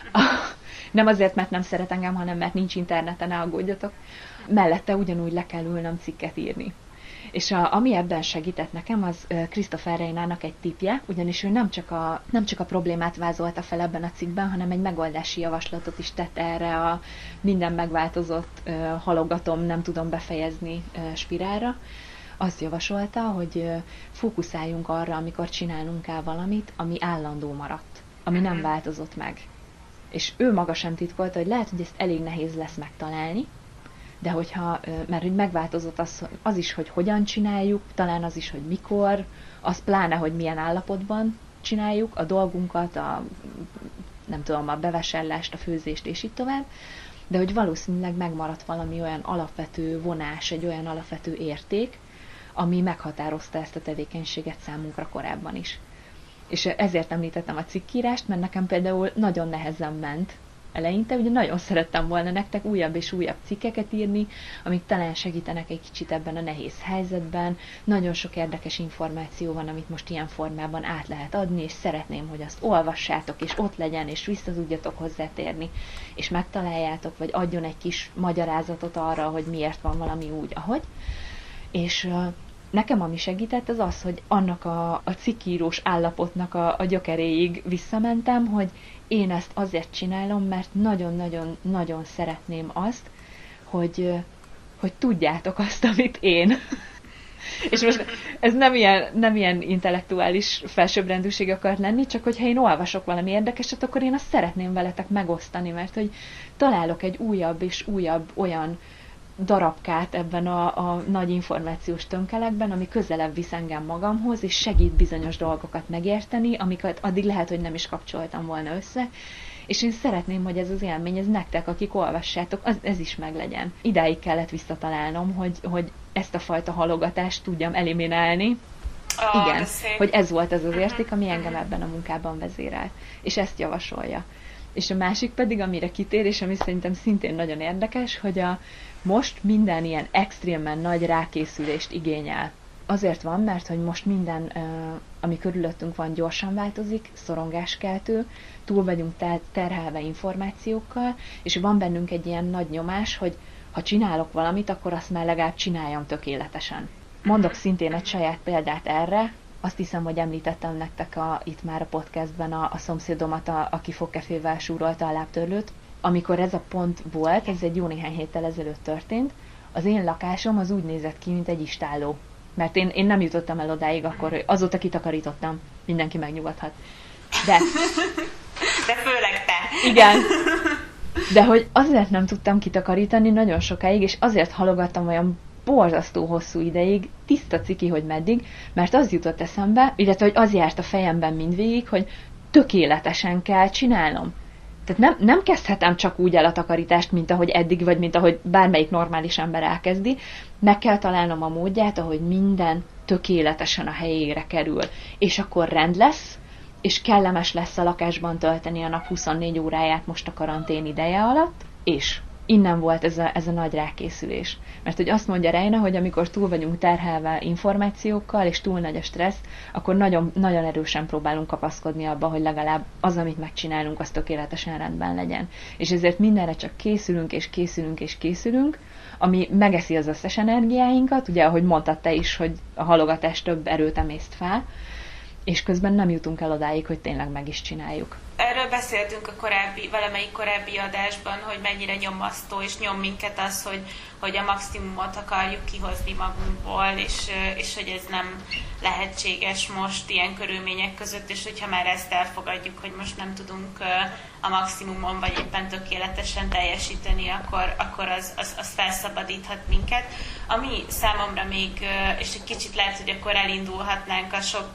Nem azért, mert nem szeret engem, hanem mert nincs interneten, ne aggódjatok. Mellette ugyanúgy le kell ülnöm cikket írni. És a, ami ebben segített nekem, az Christopher Rénának egy tippje, ugyanis ő nem csak, a, nem csak a problémát vázolta fel ebben a cikkben, hanem egy megoldási javaslatot is tett erre a minden megváltozott, uh, halogatom, nem tudom befejezni uh, spirálra. Azt javasolta, hogy uh, fókuszáljunk arra, amikor csinálnunk kell valamit, ami állandó maradt, ami nem változott meg. És ő maga sem titkolta, hogy lehet, hogy ezt elég nehéz lesz megtalálni, de hogyha, mert hogy megváltozott az, az is, hogy hogyan csináljuk, talán az is, hogy mikor, az pláne, hogy milyen állapotban csináljuk a dolgunkat, a, nem tudom, a bevásárlást, a főzést és így tovább, de hogy valószínűleg megmaradt valami olyan alapvető vonás, egy olyan alapvető érték, ami meghatározta ezt a tevékenységet számunkra korábban is. És ezért említettem a cikkírást, mert nekem például nagyon nehezen ment eleinte, ugye nagyon szerettem volna nektek újabb és újabb cikkeket írni, amik talán segítenek egy kicsit ebben a nehéz helyzetben. Nagyon sok érdekes információ van, amit most ilyen formában át lehet adni, és szeretném, hogy azt olvassátok, és ott legyen, és vissza tudjatok hozzátérni, és megtaláljátok, vagy adjon egy kis magyarázatot arra, hogy miért van valami úgy, ahogy. És nekem ami segített, az az, hogy annak a, a cikkírós állapotnak a, a gyökeréig visszamentem, hogy én ezt azért csinálom, mert nagyon-nagyon-nagyon szeretném azt, hogy, hogy tudjátok azt, amit én. És most ez nem ilyen, nem ilyen intellektuális felsőbbrendűség akar lenni, csak hogyha én olvasok valami érdekeset, akkor én azt szeretném veletek megosztani, mert hogy találok egy újabb és újabb olyan darabkát ebben a, a nagy információs tönkelekben, ami közelebb visz engem magamhoz, és segít bizonyos dolgokat megérteni, amiket addig lehet, hogy nem is kapcsoltam volna össze, és én szeretném, hogy ez az élmény, ez nektek, akik olvassátok, az, ez is meglegyen. Idáig kellett visszatalálnom, hogy, hogy ezt a fajta halogatást tudjam eliminálni. Oh, igen, hogy ez volt az az érték, ami engem ebben a munkában vezérel. És ezt javasolja. És a másik pedig, amire kitér, és ami szerintem szintén nagyon érdekes, hogy a most minden ilyen extrémen nagy rákészülést igényel. Azért van, mert hogy most minden, ami körülöttünk van, gyorsan változik, szorongáskeltő, túl vagyunk terhelve információkkal, és van bennünk egy ilyen nagy nyomás, hogy ha csinálok valamit, akkor azt már legalább csináljam tökéletesen. Mondok szintén egy saját példát erre, azt hiszem, hogy említettem nektek a, itt már a podcastben a, a szomszédomat, a, aki fogkefével súrolta a lábtörlőt. Amikor ez a pont volt, ez egy jó néhány héttel ezelőtt történt, az én lakásom az úgy nézett ki, mint egy istálló. Mert én, én nem jutottam el odáig akkor, hogy azóta kitakarítottam. Mindenki megnyugodhat. De... De főleg te. Igen. De hogy azért nem tudtam kitakarítani nagyon sokáig, és azért halogattam olyan borzasztó hosszú ideig, tiszta ciki, hogy meddig, mert az jutott eszembe, illetve hogy az járt a fejemben mindvégig, hogy tökéletesen kell csinálnom. Tehát nem, nem kezdhetem csak úgy el a takarítást, mint ahogy eddig, vagy mint ahogy bármelyik normális ember elkezdi. Meg kell találnom a módját, ahogy minden tökéletesen a helyére kerül. És akkor rend lesz, és kellemes lesz a lakásban tölteni a nap huszonnégy óráját most a karantén ideje alatt, és innen volt ez a, ez a nagy rákészülés. Mert hogy azt mondja Reina, hogy amikor túl vagyunk terhelve információkkal, és túl nagy a stressz, akkor nagyon, nagyon erősen próbálunk kapaszkodni abba, hogy legalább az, amit megcsinálunk, az tökéletesen rendben legyen. És ezért mindenre csak készülünk, és készülünk, és készülünk, ami megeszi az összes energiáinkat, ugye, ahogy mondtad te is, hogy a halogatás több erőt emészt fel, és közben nem jutunk el odáig, hogy tényleg meg is csináljuk. Erről beszéltünk a korábbi, valamelyik korábbi adásban, hogy mennyire nyomasztó, és nyom minket az, hogy, hogy a maximumot akarjuk kihozni magunkból, és, és hogy ez nem lehetséges most ilyen körülmények között, és hogyha már ezt elfogadjuk, hogy most nem tudunk a maximumon, vagy éppen tökéletesen teljesíteni, akkor, akkor az, az, az felszabadíthat minket. Ami számomra még, és egy kicsit lehet, hogy akkor elindulhatnánk a sok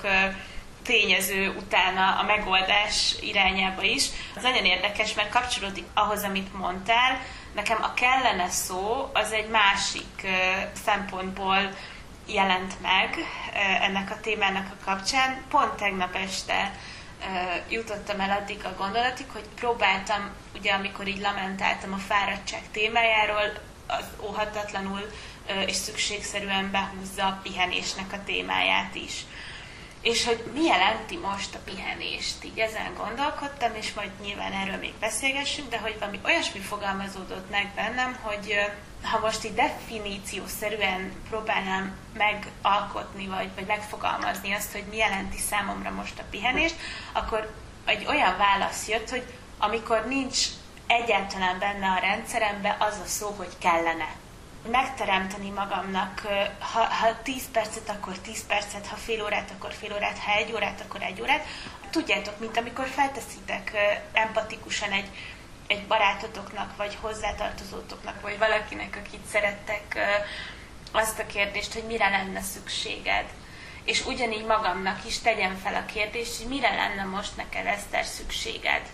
tényező utána a megoldás irányába is. Az nagyon érdekes, mert kapcsolódik ahhoz, amit mondtál. Nekem a kellene szó az egy másik uh, szempontból jelent meg uh, ennek a témának a kapcsán. Pont tegnap este uh, jutottam el addig a gondolatig, hogy próbáltam, ugye amikor így lamentáltam a fáradtság témájáról, az óhatatlanul uh, és szükségszerűen behúzza a pihenésnek a témáját is. És hogy mi jelenti most a pihenést. Így ezen gondolkodtam, és majd nyilván erről még beszélgessünk, de hogy valami olyasmi fogalmazódott meg bennem, hogy ha most így definíciószerűen próbálnám megalkotni, vagy, vagy megfogalmazni azt, hogy mi jelenti számomra most a pihenést, akkor egy olyan válasz jött, hogy amikor nincs egyáltalán benne a rendszeremben az a szó, hogy kellene. Megteremteni magamnak, ha, ha tíz percet, akkor tíz percet, ha fél órát, akkor fél órát, ha egy órát, akkor egy órát. Tudjátok, mint amikor felteszitek empatikusan egy, egy barátotoknak, vagy hozzátartozótoknak, vagy valakinek, akit szerettek, azt a kérdést, hogy mire lenne szükséged. És ugyanígy magamnak is tegyem fel a kérdést, hogy mire lenne most neked, Eszter, szükséged.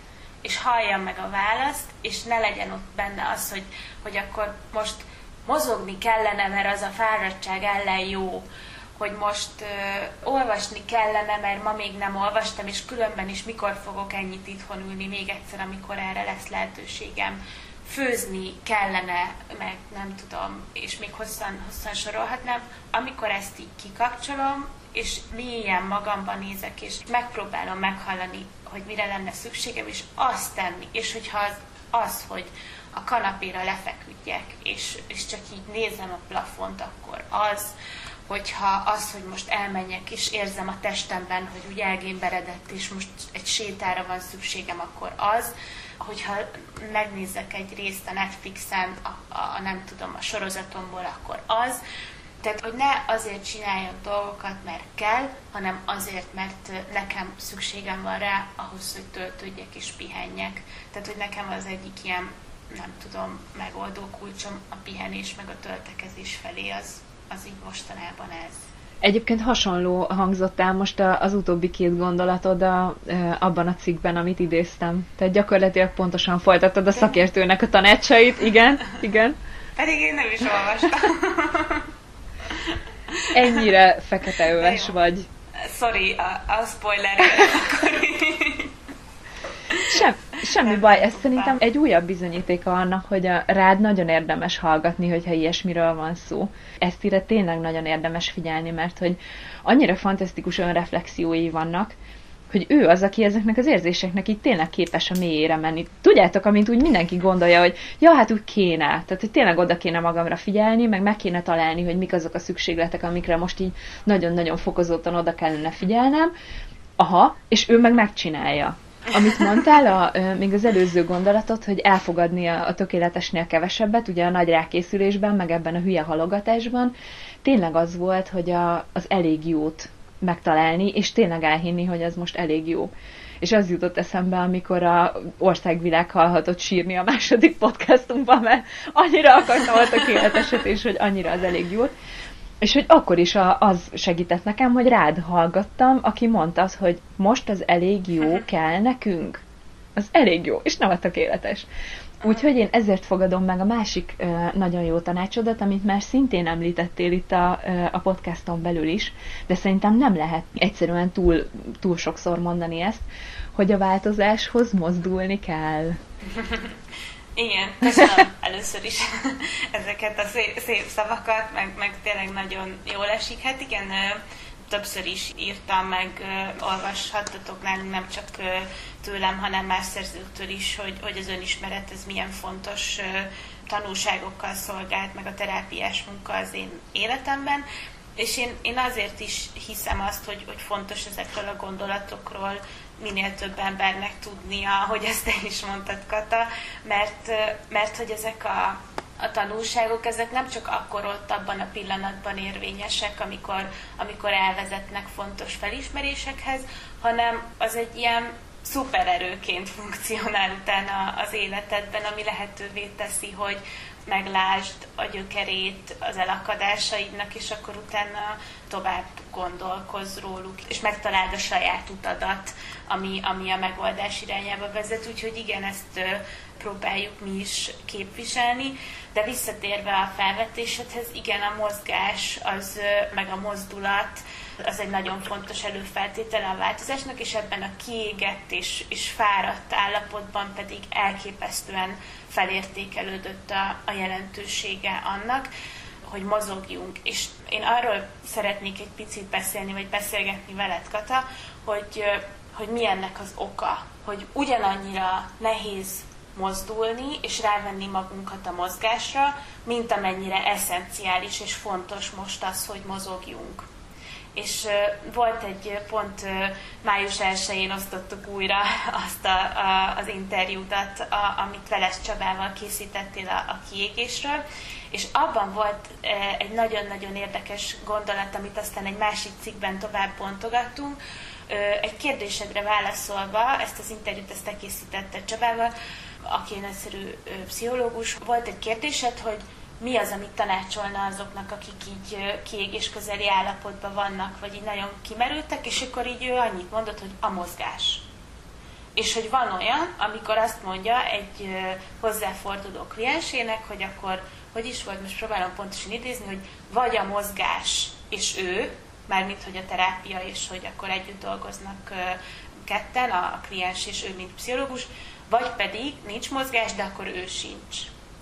és halljam meg a választ, és ne legyen ott benne az, hogy, hogy akkor most mozogni kellene, mert az a fáradtság ellen jó, hogy most ö, olvasni kellene, mert ma még nem olvastam, és különben is mikor fogok ennyit itthon ülni még egyszer, amikor erre lesz lehetőségem. Főzni kellene, meg nem tudom, és még hosszan, hosszan sorolhatnám. Amikor ezt így kikapcsolom, és mélyen magamban nézek, és megpróbálom meghallani, hogy mire lenne szükségem, és azt tenni. És hogyha az, az hogy a kanapéra lefeküdjek, és, és csak így nézem a plafont, akkor az, hogyha az, hogy most elmenjek, és érzem a testemben, hogy úgy elgémberedett, és most egy sétára van szükségem, akkor az, hogyha megnézek egy részt a Netflixen, a, a, a nem tudom, a sorozatomból, akkor az. Tehát, hogy ne azért csináljak dolgokat, mert kell, hanem azért, mert nekem szükségem van rá ahhoz, hogy töltődjek és pihenjek. Tehát, hogy nekem az egyik ilyen, nem tudom, megoldó kulcsom a pihenés meg a töltekezés felé, az, az így mostanában ez. Egyébként hasonló hangzott el most az utóbbi két gondolatod a, abban a cikkben, amit idéztem. Tehát gyakorlatilag pontosan folytattad a szakértőnek a tanácsait, igen, igen. Pedig én nem is olvastam. Ennyire feketeöves vagy. Sorry, a, a spoiler. Sem, semmi baj, ez szerintem egy újabb bizonyítéka annak, hogy a rád nagyon érdemes hallgatni, hogyha ilyesmiről van szó. Ezt ide tényleg nagyon érdemes figyelni, mert hogy annyira fantasztikus önreflexiói vannak, hogy ő az, aki ezeknek az érzéseknek így tényleg képes a mélyére menni. Tudjátok, amint úgy mindenki gondolja, hogy ja, hát úgy kéne. Tehát, hogy tényleg oda kéne magamra figyelni, meg meg kéne találni, hogy mik azok a szükségletek, amikre most így nagyon-nagyon fokozottan oda kellene figyelnem. Aha, és ő meg megcsinálja. Amit mondtál, a, még az előző gondolatot, hogy elfogadni a, a tökéletesnél kevesebbet, ugye a nagy rákészülésben, meg ebben a hülye halogatásban, tényleg az volt, hogy a, az elég jót megtalálni, és tényleg elhinni, hogy az most elég jó. És az jutott eszembe, amikor a országvilág hallhatott sírni a második podcastunkban, mert annyira akartam a tökéleteset, és hogy annyira az elég jót. És hogy akkor is a, az segített nekem, hogy rád hallgattam, aki mondta az, hogy most az elég jó kell nekünk. Az elég jó, és nem a tökéletes. Úgyhogy én ezért fogadom meg a másik uh, nagyon jó tanácsodat, amit már szintén említettél itt a, uh, a podcaston belül is, de szerintem nem lehet egyszerűen túl, túl sokszor mondani ezt, hogy a változáshoz mozdulni kell. Igen, köszönöm először is ezeket a szép, szép szavakat, meg, meg tényleg nagyon jól esik. Hát igen, többször is írtam, meg olvashattatok nálunk nem csak tőlem, hanem más szerzőktől is, hogy, hogy az önismeret ez milyen fontos tanulságokkal szolgált, meg a terápiás munka az én életemben. És én, én azért is hiszem azt, hogy, hogy fontos ezekről a gondolatokról minél több embernek tudnia, hogy ezt te is mondtad, Kata, mert, mert hogy ezek a, a tanulságok, ezek nem csak akkor ott abban a pillanatban érvényesek, amikor, amikor elvezetnek fontos felismerésekhez, hanem az egy ilyen szupererőként funkcionál utána az életedben, ami lehetővé teszi, hogy meglásd a gyökerét az elakadásaidnak, és akkor utána tovább gondolkozz róluk, és megtaláld a saját utadat, ami, ami a megoldás irányába vezet. Úgyhogy igen, ezt próbáljuk mi is képviselni, de visszatérve a felvetésedhez, igen, a mozgás, az, meg a mozdulat, az egy nagyon fontos előfeltétele a változásnak, és ebben a kiégett és, és fáradt állapotban pedig elképesztően felértékelődött a, a jelentősége annak, hogy mozogjunk. És én arról szeretnék egy picit beszélni, vagy beszélgetni veled, Kata, hogy, hogy mi ennek az oka, hogy ugyanannyira nehéz mozdulni, és rávenni magunkat a mozgásra, mint amennyire eszenciális és fontos most az, hogy mozogjunk. És uh, volt egy pont uh, május elsején osztottuk újra azt a, a, az interjúdat, a, amit Veles Csabával készítettél a, a kiégésről, és abban volt uh, egy nagyon-nagyon érdekes gondolat, amit aztán egy másik cikkben tovább bontogattunk. Uh, egy kérdésedre válaszolva, ezt az interjút ezt te készítetted Csabával, aki egy egyszerű uh, pszichológus, volt egy kérdésed, hogy mi az, amit tanácsolna azoknak, akik így kiégés közeli állapotban vannak, vagy így nagyon kimerültek, és akkor így ő annyit mondott, hogy a mozgás. És hogy van olyan, amikor azt mondja egy hozzáforduló kliensének, hogy akkor, hogy is volt, most próbálom pontosan idézni, hogy vagy a mozgás és ő, mármint hogy a terápia, és hogy akkor együtt dolgoznak ketten, a kliens és ő, mint pszichológus, vagy pedig nincs mozgás, de akkor ő sincs.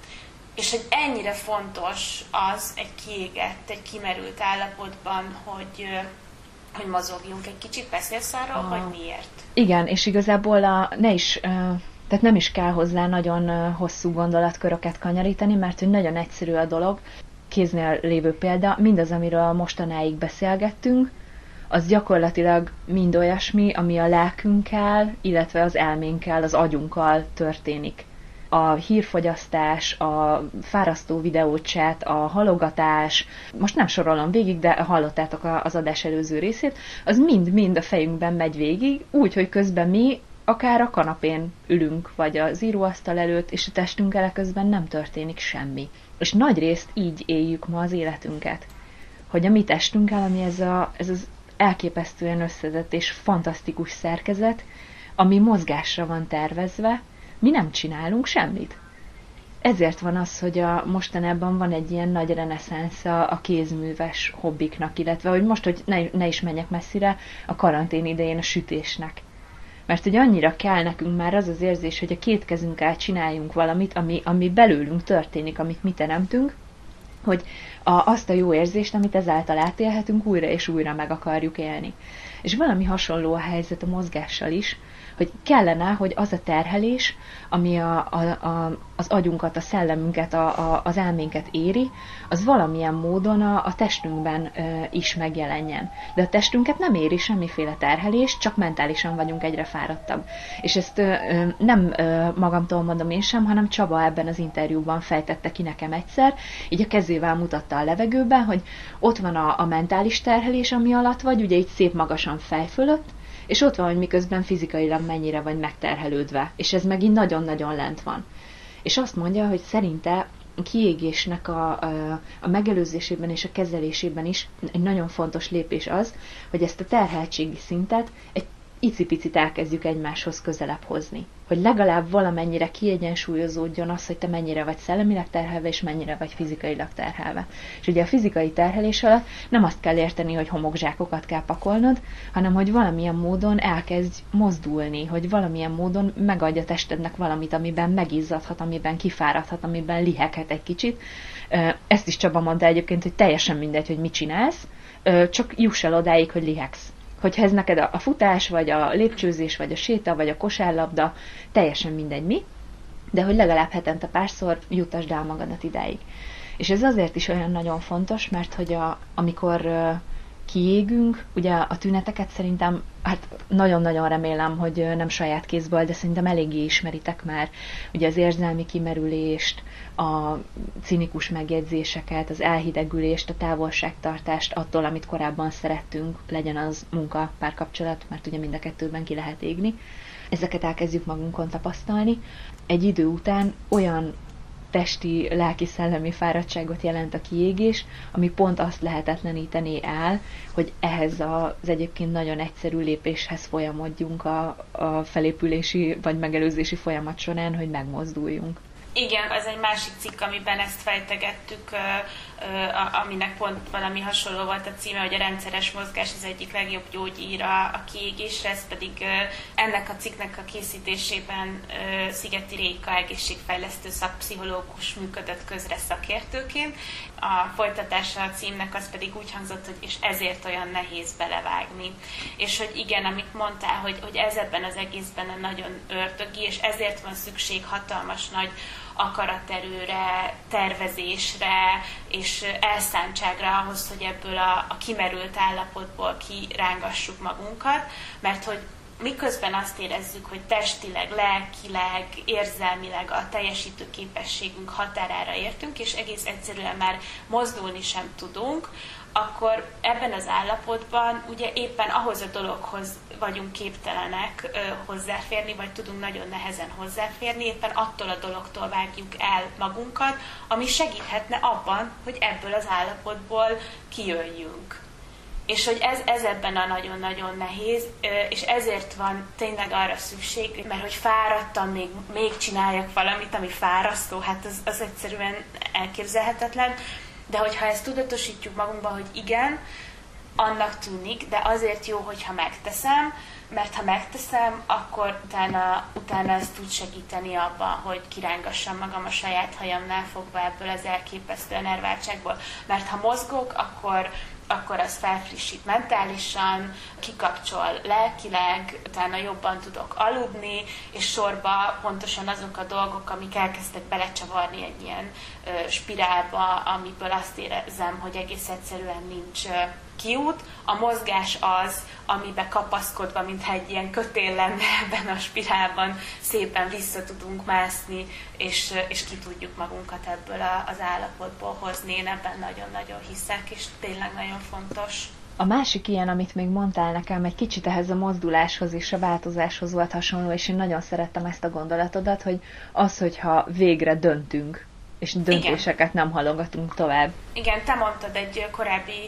És hogy ennyire fontos az egy kiégett, egy kimerült állapotban, hogy, hogy mozogjunk egy kicsit. Beszélsz arról, ah. hogy miért? Igen, és igazából a, ne is, tehát nem is kell hozzá nagyon hosszú gondolatköröket kanyarítani, mert hogy nagyon egyszerű a dolog. Kéznél lévő példa, mindaz, amiről mostanáig beszélgettünk, az gyakorlatilag mind olyasmi, ami a lelkünkkel, illetve az elménkkel, az agyunkkal történik. A hírfogyasztás, a fárasztó videóchat, a halogatás, most nem sorolom végig, de hallottátok az adás előző részét, az mind-mind a fejünkben megy végig, úgy, hogy közben mi akár a kanapén ülünk, vagy az íróasztal előtt, és a testünkkel eközben nem történik semmi. És nagy részt így éljük ma az életünket. Hogy a mi testünkkel, ami ez, a, ez az elképesztően összetett és fantasztikus szerkezet, ami mozgásra van tervezve, mi nem csinálunk semmit. Ezért van az, hogy a mostanában van egy ilyen nagy reneszánsz a kézműves hobbiknak, illetve hogy most, hogy ne, ne is menjek messzire, a karantén idején a sütésnek. Mert hogy annyira kell nekünk már az az érzés, hogy a két kezünkkel csináljunk valamit, ami, ami belőlünk történik, amit mi teremtünk, hogy a, azt a jó érzést, amit ezáltal átélhetünk, újra és újra meg akarjuk élni. És valami hasonló a helyzet a mozgással is, hogy kellene, hogy az a terhelés, ami a, a, a, az agyunkat, a szellemünket, a, a, az elménket éri, az valamilyen módon a, a testünkben ö, is megjelenjen. De a testünket nem éri semmiféle terhelés, csak mentálisan vagyunk egyre fáradtabb. És ezt ö, ö, nem ö, magamtól mondom én sem, hanem Csaba ebben az interjúban fejtette ki nekem egyszer, így a kezével mutatta a levegőben, hogy ott van a, a mentális terhelés, ami alatt vagy, ugye így szép magasan fej fölött, és ott van, hogy miközben fizikailag mennyire vagy megterhelődve, és ez megint nagyon-nagyon lent van. És azt mondja, hogy szerinte a kiégésnek a, a, a megelőzésében és a kezelésében is egy nagyon fontos lépés az, hogy ezt a terheltségi szintet egy icipicit elkezdjük egymáshoz közelebb hozni. Hogy legalább valamennyire kiegyensúlyozódjon az, hogy te mennyire vagy szellemileg terhelve, és mennyire vagy fizikailag terhelve. És ugye a fizikai terhelés alatt nem azt kell érteni, hogy homokzsákokat kell pakolnod, hanem hogy valamilyen módon elkezdj mozdulni, hogy valamilyen módon megadj a testednek valamit, amiben megizzadhat, amiben kifáradhat, amiben liheghet egy kicsit. Ezt is Csaba mondta egyébként, hogy teljesen mindegy, hogy mit csinálsz, csak juss el odáig, hogy lihegsz. Hogyha ez neked a futás, vagy a lépcsőzés, vagy a séta, vagy a kosárlabda, teljesen mindegy mi, de hogy legalább hetente párszor jutasd el magadat idáig. És ez azért is olyan nagyon fontos, mert hogy a, amikor uh, kiégünk, ugye a tüneteket szerintem, hát nagyon-nagyon remélem, hogy nem saját kézből, de szerintem eléggé ismeritek már, ugye az érzelmi kimerülést, a cinikus megjegyzéseket, az elhidegülést, a távolságtartást attól, amit korábban szerettünk, legyen az munka, párkapcsolat, mert ugye mind a kettőben ki lehet égni. Ezeket elkezdjük magunkon tapasztalni. Egy idő után olyan testi, lelki-szellemi fáradtságot jelent a kiégés, ami pont azt lehetetlenítené el, hogy ehhez az egyébként nagyon egyszerű lépéshez folyamodjunk a, a felépülési vagy megelőzési folyamat során, hogy megmozduljunk. Igen, az egy másik cikk, amiben ezt fejtegettük, aminek pont valami hasonló volt a címe, hogy a rendszeres mozgás az egyik legjobb gyógyír a kiégésre, ez pedig ennek a cikknek a készítésében Szigeti Réka egészségfejlesztő szakpszichológus működött közre szakértőként. A folytatása a címnek az pedig úgy hangzott, hogy és ezért olyan nehéz belevágni. És hogy igen, amit mondtál, hogy, hogy ez ebben az egészben a nagyon ördögi, és ezért van szükség hatalmas nagy akaraterőre, tervezésre és elszántságra ahhoz, hogy ebből a, a kimerült állapotból kirángassuk magunkat, mert hogy miközben azt érezzük, hogy testileg, lelkileg, érzelmileg a teljesítő képességünk határára értünk, és egész egyszerűen már mozdulni sem tudunk, akkor ebben az állapotban ugye éppen ahhoz a dologhoz vagyunk képtelenek ö, hozzáférni, vagy tudunk nagyon nehezen hozzáférni, éppen attól a dologtól vágjuk el magunkat, ami segíthetne abban, hogy ebből az állapotból kijöjjünk. És hogy ez, ez ebben a nagyon-nagyon nehéz, és ezért van tényleg arra szükség, mert hogy fáradtan még, még csináljak valamit, ami fárasztó, hát az, az egyszerűen elképzelhetetlen, de hogyha ezt tudatosítjuk magunkban, hogy igen, annak tűnik, de azért jó, hogyha megteszem, mert ha megteszem, akkor utána, utána ez tud segíteni abban, hogy kirángassam magam a saját hajamnál fogva ebből az elképesztő enerváltságból. Mert ha mozgok, akkor, akkor az felfrissít mentálisan, kikapcsol lelkileg, utána jobban tudok aludni, és sorba pontosan azok a dolgok, amik elkezdtek belecsavarni egy ilyen ö, spirálba, amiből azt érzem, hogy egész egyszerűen nincs ö, kiút. A mozgás az, amiben kapaszkodva, mintha egy ilyen kötél lenne ebben a spirálban, szépen vissza tudunk mászni, és, és ki tudjuk magunkat ebből a, az állapotból hozni. Én ebben nagyon-nagyon hiszek, és tényleg nagyon fontos. A másik ilyen, amit még mondtál nekem, egy kicsit ehhez a mozduláshoz és a változáshoz volt hasonló, és én nagyon szerettem ezt a gondolatodat, hogy az, hogyha végre döntünk, és döntéseket Igen. nem halogatunk tovább. Igen, te mondtad egy korábbi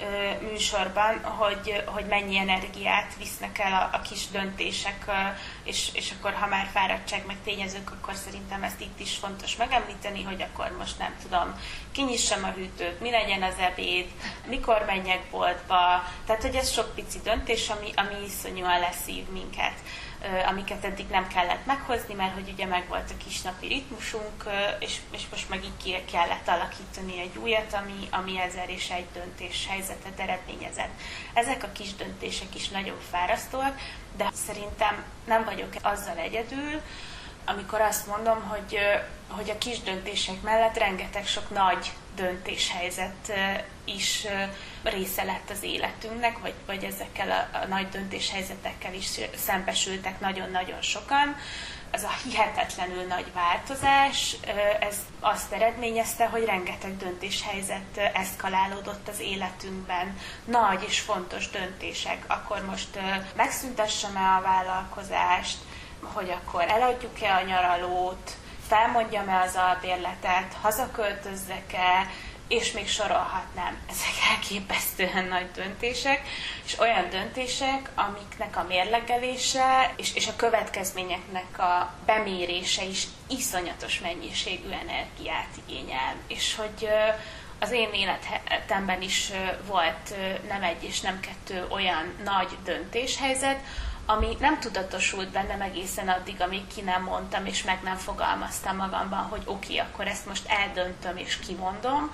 műsorban, hogy, hogy mennyi energiát visznek el a, a kis döntések, és, és akkor ha már fáradtság meg tényezők, akkor szerintem ezt itt is fontos megemlíteni, hogy akkor most nem tudom, kinyissam a hűtőt, mi legyen az ebéd, mikor menjek boltba, tehát hogy ez sok pici döntés, ami, ami iszonyúan leszív minket, amiket eddig nem kellett meghozni, mert hogy ugye megvolt a kis napi ritmusunk, és, és most meg így kellett alakítani egy újat, ami, ami ezer és egy döntés helyzetet eredményezett. Ezek a kis döntések is nagyon fárasztóak, de szerintem nem vagyok azzal egyedül, amikor azt mondom, hogy, hogy a kis döntések mellett rengeteg sok nagy döntéshelyzet is része lett az életünknek, vagy, vagy ezekkel a, a nagy döntéshelyzetekkel is szembesültek nagyon-nagyon sokan. Az a hihetetlenül nagy változás, ez azt eredményezte, hogy rengeteg döntéshelyzet eszkalálódott az életünkben. Nagy és fontos döntések. Akkor most megszüntessem-e a vállalkozást, hogy akkor eladjuk-e a nyaralót, felmondjam-e az albérletet, hazaköltözzek-e, és még sorolhatnám. Ezek elképesztően nagy döntések, és olyan döntések, amiknek a mérlegelése és, és a következményeknek a bemérése is iszonyatos mennyiségű energiát igényel. És hogy az én életemben is volt nem egy és nem kettő olyan nagy döntéshelyzet, ami nem tudatosult bennem egészen addig, amíg ki nem mondtam, és meg nem fogalmaztam magamban, hogy oké, okay, akkor ezt most eldöntöm és kimondom,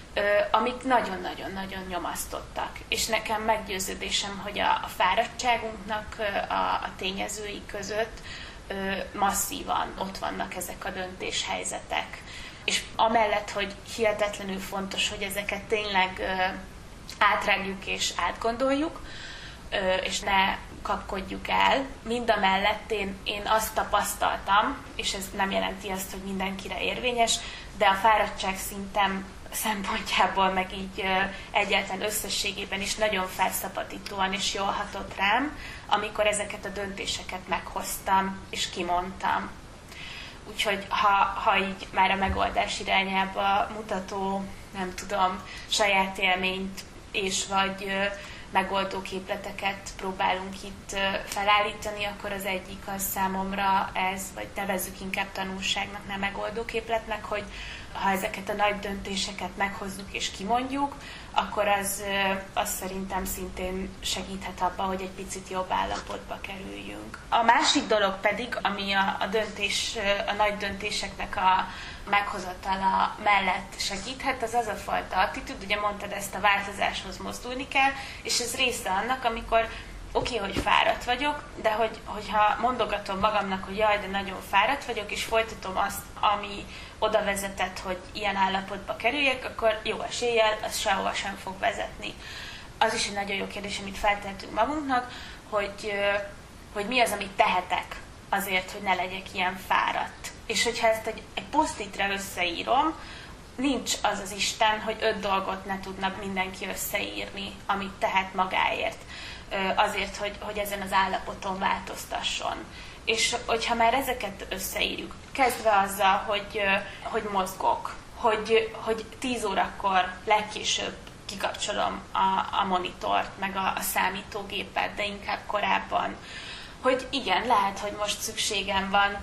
amik nagyon-nagyon-nagyon nyomasztottak. És nekem meggyőződésem, hogy a, a fáradtságunknak a, a tényezői között masszívan ott vannak ezek a döntéshelyzetek. És amellett, hogy hihetetlenül fontos, hogy ezeket tényleg átrágjuk és átgondoljuk, és ne kapkodjuk el. Mindamellett én, én azt tapasztaltam, és ez nem jelenti azt, hogy mindenkire érvényes, de a fáradtság szintem szempontjából, meg így egyáltalán összességében is nagyon felszabadítóan és jól hatott rám, amikor ezeket a döntéseket meghoztam és kimondtam. Úgyhogy ha, ha így már a megoldás irányába mutató, nem tudom, saját élményt és vagy megoldó képleteket próbálunk itt felállítani, akkor az egyik az számomra ez, vagy nevezzük inkább tanulságnak, nem megoldó képletnek, hogy ha ezeket a nagy döntéseket meghozzuk és kimondjuk, akkor az, az szerintem szintén segíthet abban, hogy egy picit jobb állapotba kerüljünk. A másik dolog pedig, ami a, a, döntés, a nagy döntéseknek a meghozatala mellett segíthet, az az a fajta attitűd, ugye mondtad, ezt a változáshoz mozdulni kell, és ez része annak, amikor oké, okay, hogy fáradt vagyok, de hogy, hogyha mondogatom magamnak, hogy jaj, de nagyon fáradt vagyok, és folytatom azt, ami oda vezetett, hogy ilyen állapotba kerüljek, akkor jó eséllyel az sehova sem fog vezetni. Az is egy nagyon jó kérdés, amit feltettünk magunknak, hogy, hogy mi az, amit tehetek azért, hogy ne legyek ilyen fáradt. És hogyha ezt egy, egy posztitre összeírom, nincs az az Isten, hogy öt dolgot ne tudna mindenki összeírni, amit tehet magáért. Azért, hogy, hogy ezen az állapoton változtasson. És hogyha már ezeket összeírjuk, kezdve azzal, hogy, hogy mozgok, hogy, hogy tíz órakor legkésőbb kikapcsolom a, a monitort, meg a, a számítógépet, de inkább korábban, hogy igen, lehet, hogy most szükségem van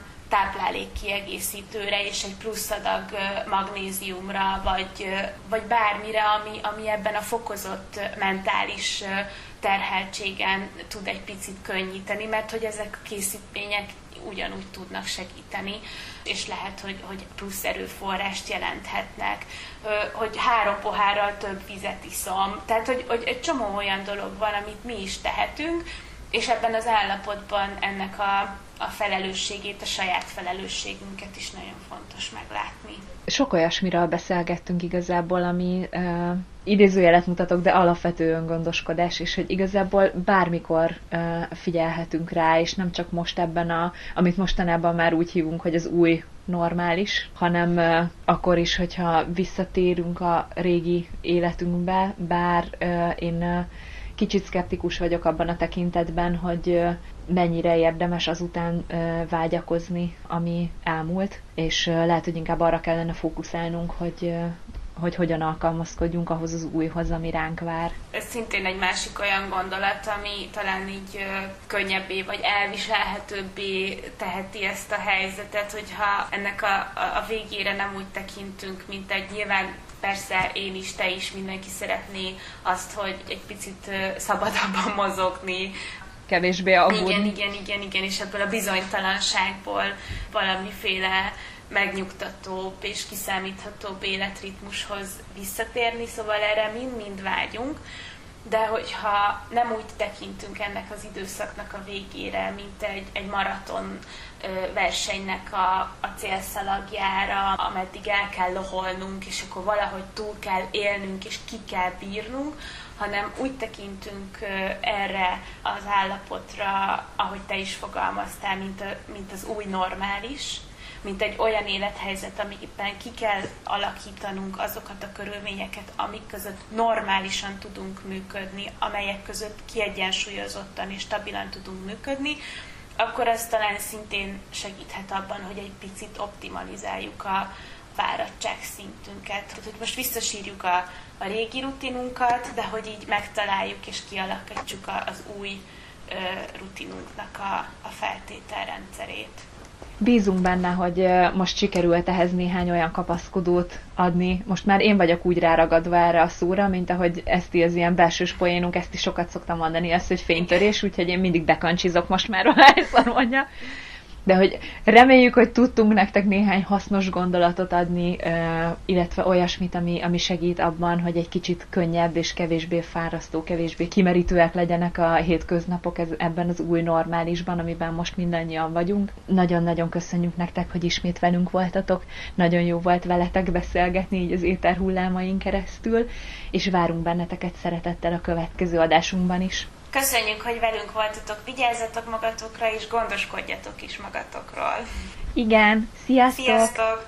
táplálékkiegészítőre és egy plusz adag magnéziumra, vagy, vagy bármire, ami, ami ebben a fokozott mentális terheltségen tud egy picit könnyíteni, mert hogy ezek a készítmények ugyanúgy tudnak segíteni, és lehet, hogy, hogy plusz erőforrást jelenthetnek, hogy három pohárral több vizet iszom, tehát hogy, hogy egy csomó olyan dolog van, amit mi is tehetünk, és ebben az állapotban ennek a, a felelősségét, a saját felelősségünket is nagyon fontos meglátni. Sok olyasmiről beszélgettünk igazából, ami uh, idézőjelet mutatok, de alapvető öngondoskodás, és hogy igazából bármikor uh, figyelhetünk rá, és nem csak most ebben, a, amit mostanában már úgy hívunk, hogy az új normális, hanem uh, akkor is, hogyha visszatérünk a régi életünkbe, bár uh, én uh, kicsit szkeptikus vagyok abban a tekintetben, hogy mennyire érdemes azután vágyakozni, ami elmúlt, és lehet, hogy inkább arra kellene fókuszálnunk, hogy, hogy hogyan alkalmazkodjunk ahhoz az újhoz, ami ránk vár. Ez szintén egy másik olyan gondolat, ami talán így könnyebbé vagy elviselhetőbbé teheti ezt a helyzetet, hogyha ennek a, a végére nem úgy tekintünk, mint egy nyilván persze én is, te is, mindenki szeretné azt, hogy egy picit szabadabban mozogni. Kevésbé aggódni. Igen, igen, igen, igen, és ebből a bizonytalanságból valamiféle megnyugtatóbb és kiszámíthatóbb életritmushoz visszatérni, szóval erre mind-mind vágyunk, de hogyha nem úgy tekintünk ennek az időszaknak a végére, mint egy, egy maraton versenynek a, a célszalagjára, ameddig el kell loholnunk, és akkor valahogy túl kell élnünk, és ki kell bírnunk, hanem úgy tekintünk erre az állapotra, ahogy te is fogalmaztál, mint, a, mint az új normális, mint egy olyan élethelyzet, amiben ki kell alakítanunk azokat a körülményeket, amik között normálisan tudunk működni, amelyek között kiegyensúlyozottan és stabilan tudunk működni, akkor ez talán szintén segíthet abban, hogy egy picit optimalizáljuk a fáradtság szintünket. Tehát, hogy most visszasírjuk a, a régi rutinunkat, de hogy így megtaláljuk és kialakítsuk az új ö, rutinunknak a, a feltételrendszerét. Bízunk benne, hogy most sikerült ehhez néhány olyan kapaszkodót adni. Most már én vagyok úgy ráragadva erre a szóra, mint ahogy ezt az ilyen belsős poénunk, ezt is sokat szoktam mondani, ezt, hogy fénytörés, úgyhogy én mindig bekancsizok most már, valahányszor mondja. De hogy reméljük, hogy tudtunk nektek néhány hasznos gondolatot adni, illetve olyasmit, ami, ami segít abban, hogy egy kicsit könnyebb és kevésbé fárasztó, kevésbé kimerítőek legyenek a hétköznapok ez, ebben az új normálisban, amiben most mindannyian vagyunk. Nagyon-nagyon köszönjük nektek, hogy ismét velünk voltatok. Nagyon jó volt veletek beszélgetni így az éterhullámain keresztül, és várunk benneteket szeretettel a következő adásunkban is. Köszönjük, hogy velünk voltatok, vigyázzatok magatokra, és gondoskodjatok is magatokról. Igen, sziasztok! Sziasztok!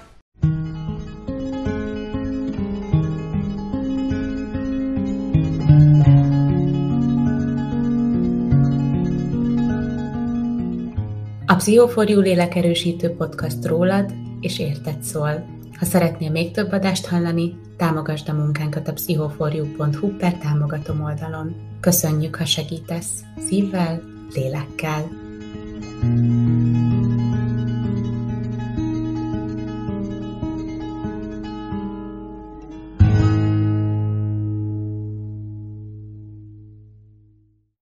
A Pszichoforjú lélekerősítő podcast rólad és érted szól. Ha szeretnél még több adást hallani, támogasd a munkánkat a pszichoforjú pont hu per támogatom oldalon. Köszönjük, ha segítesz szívvel, lélekkel.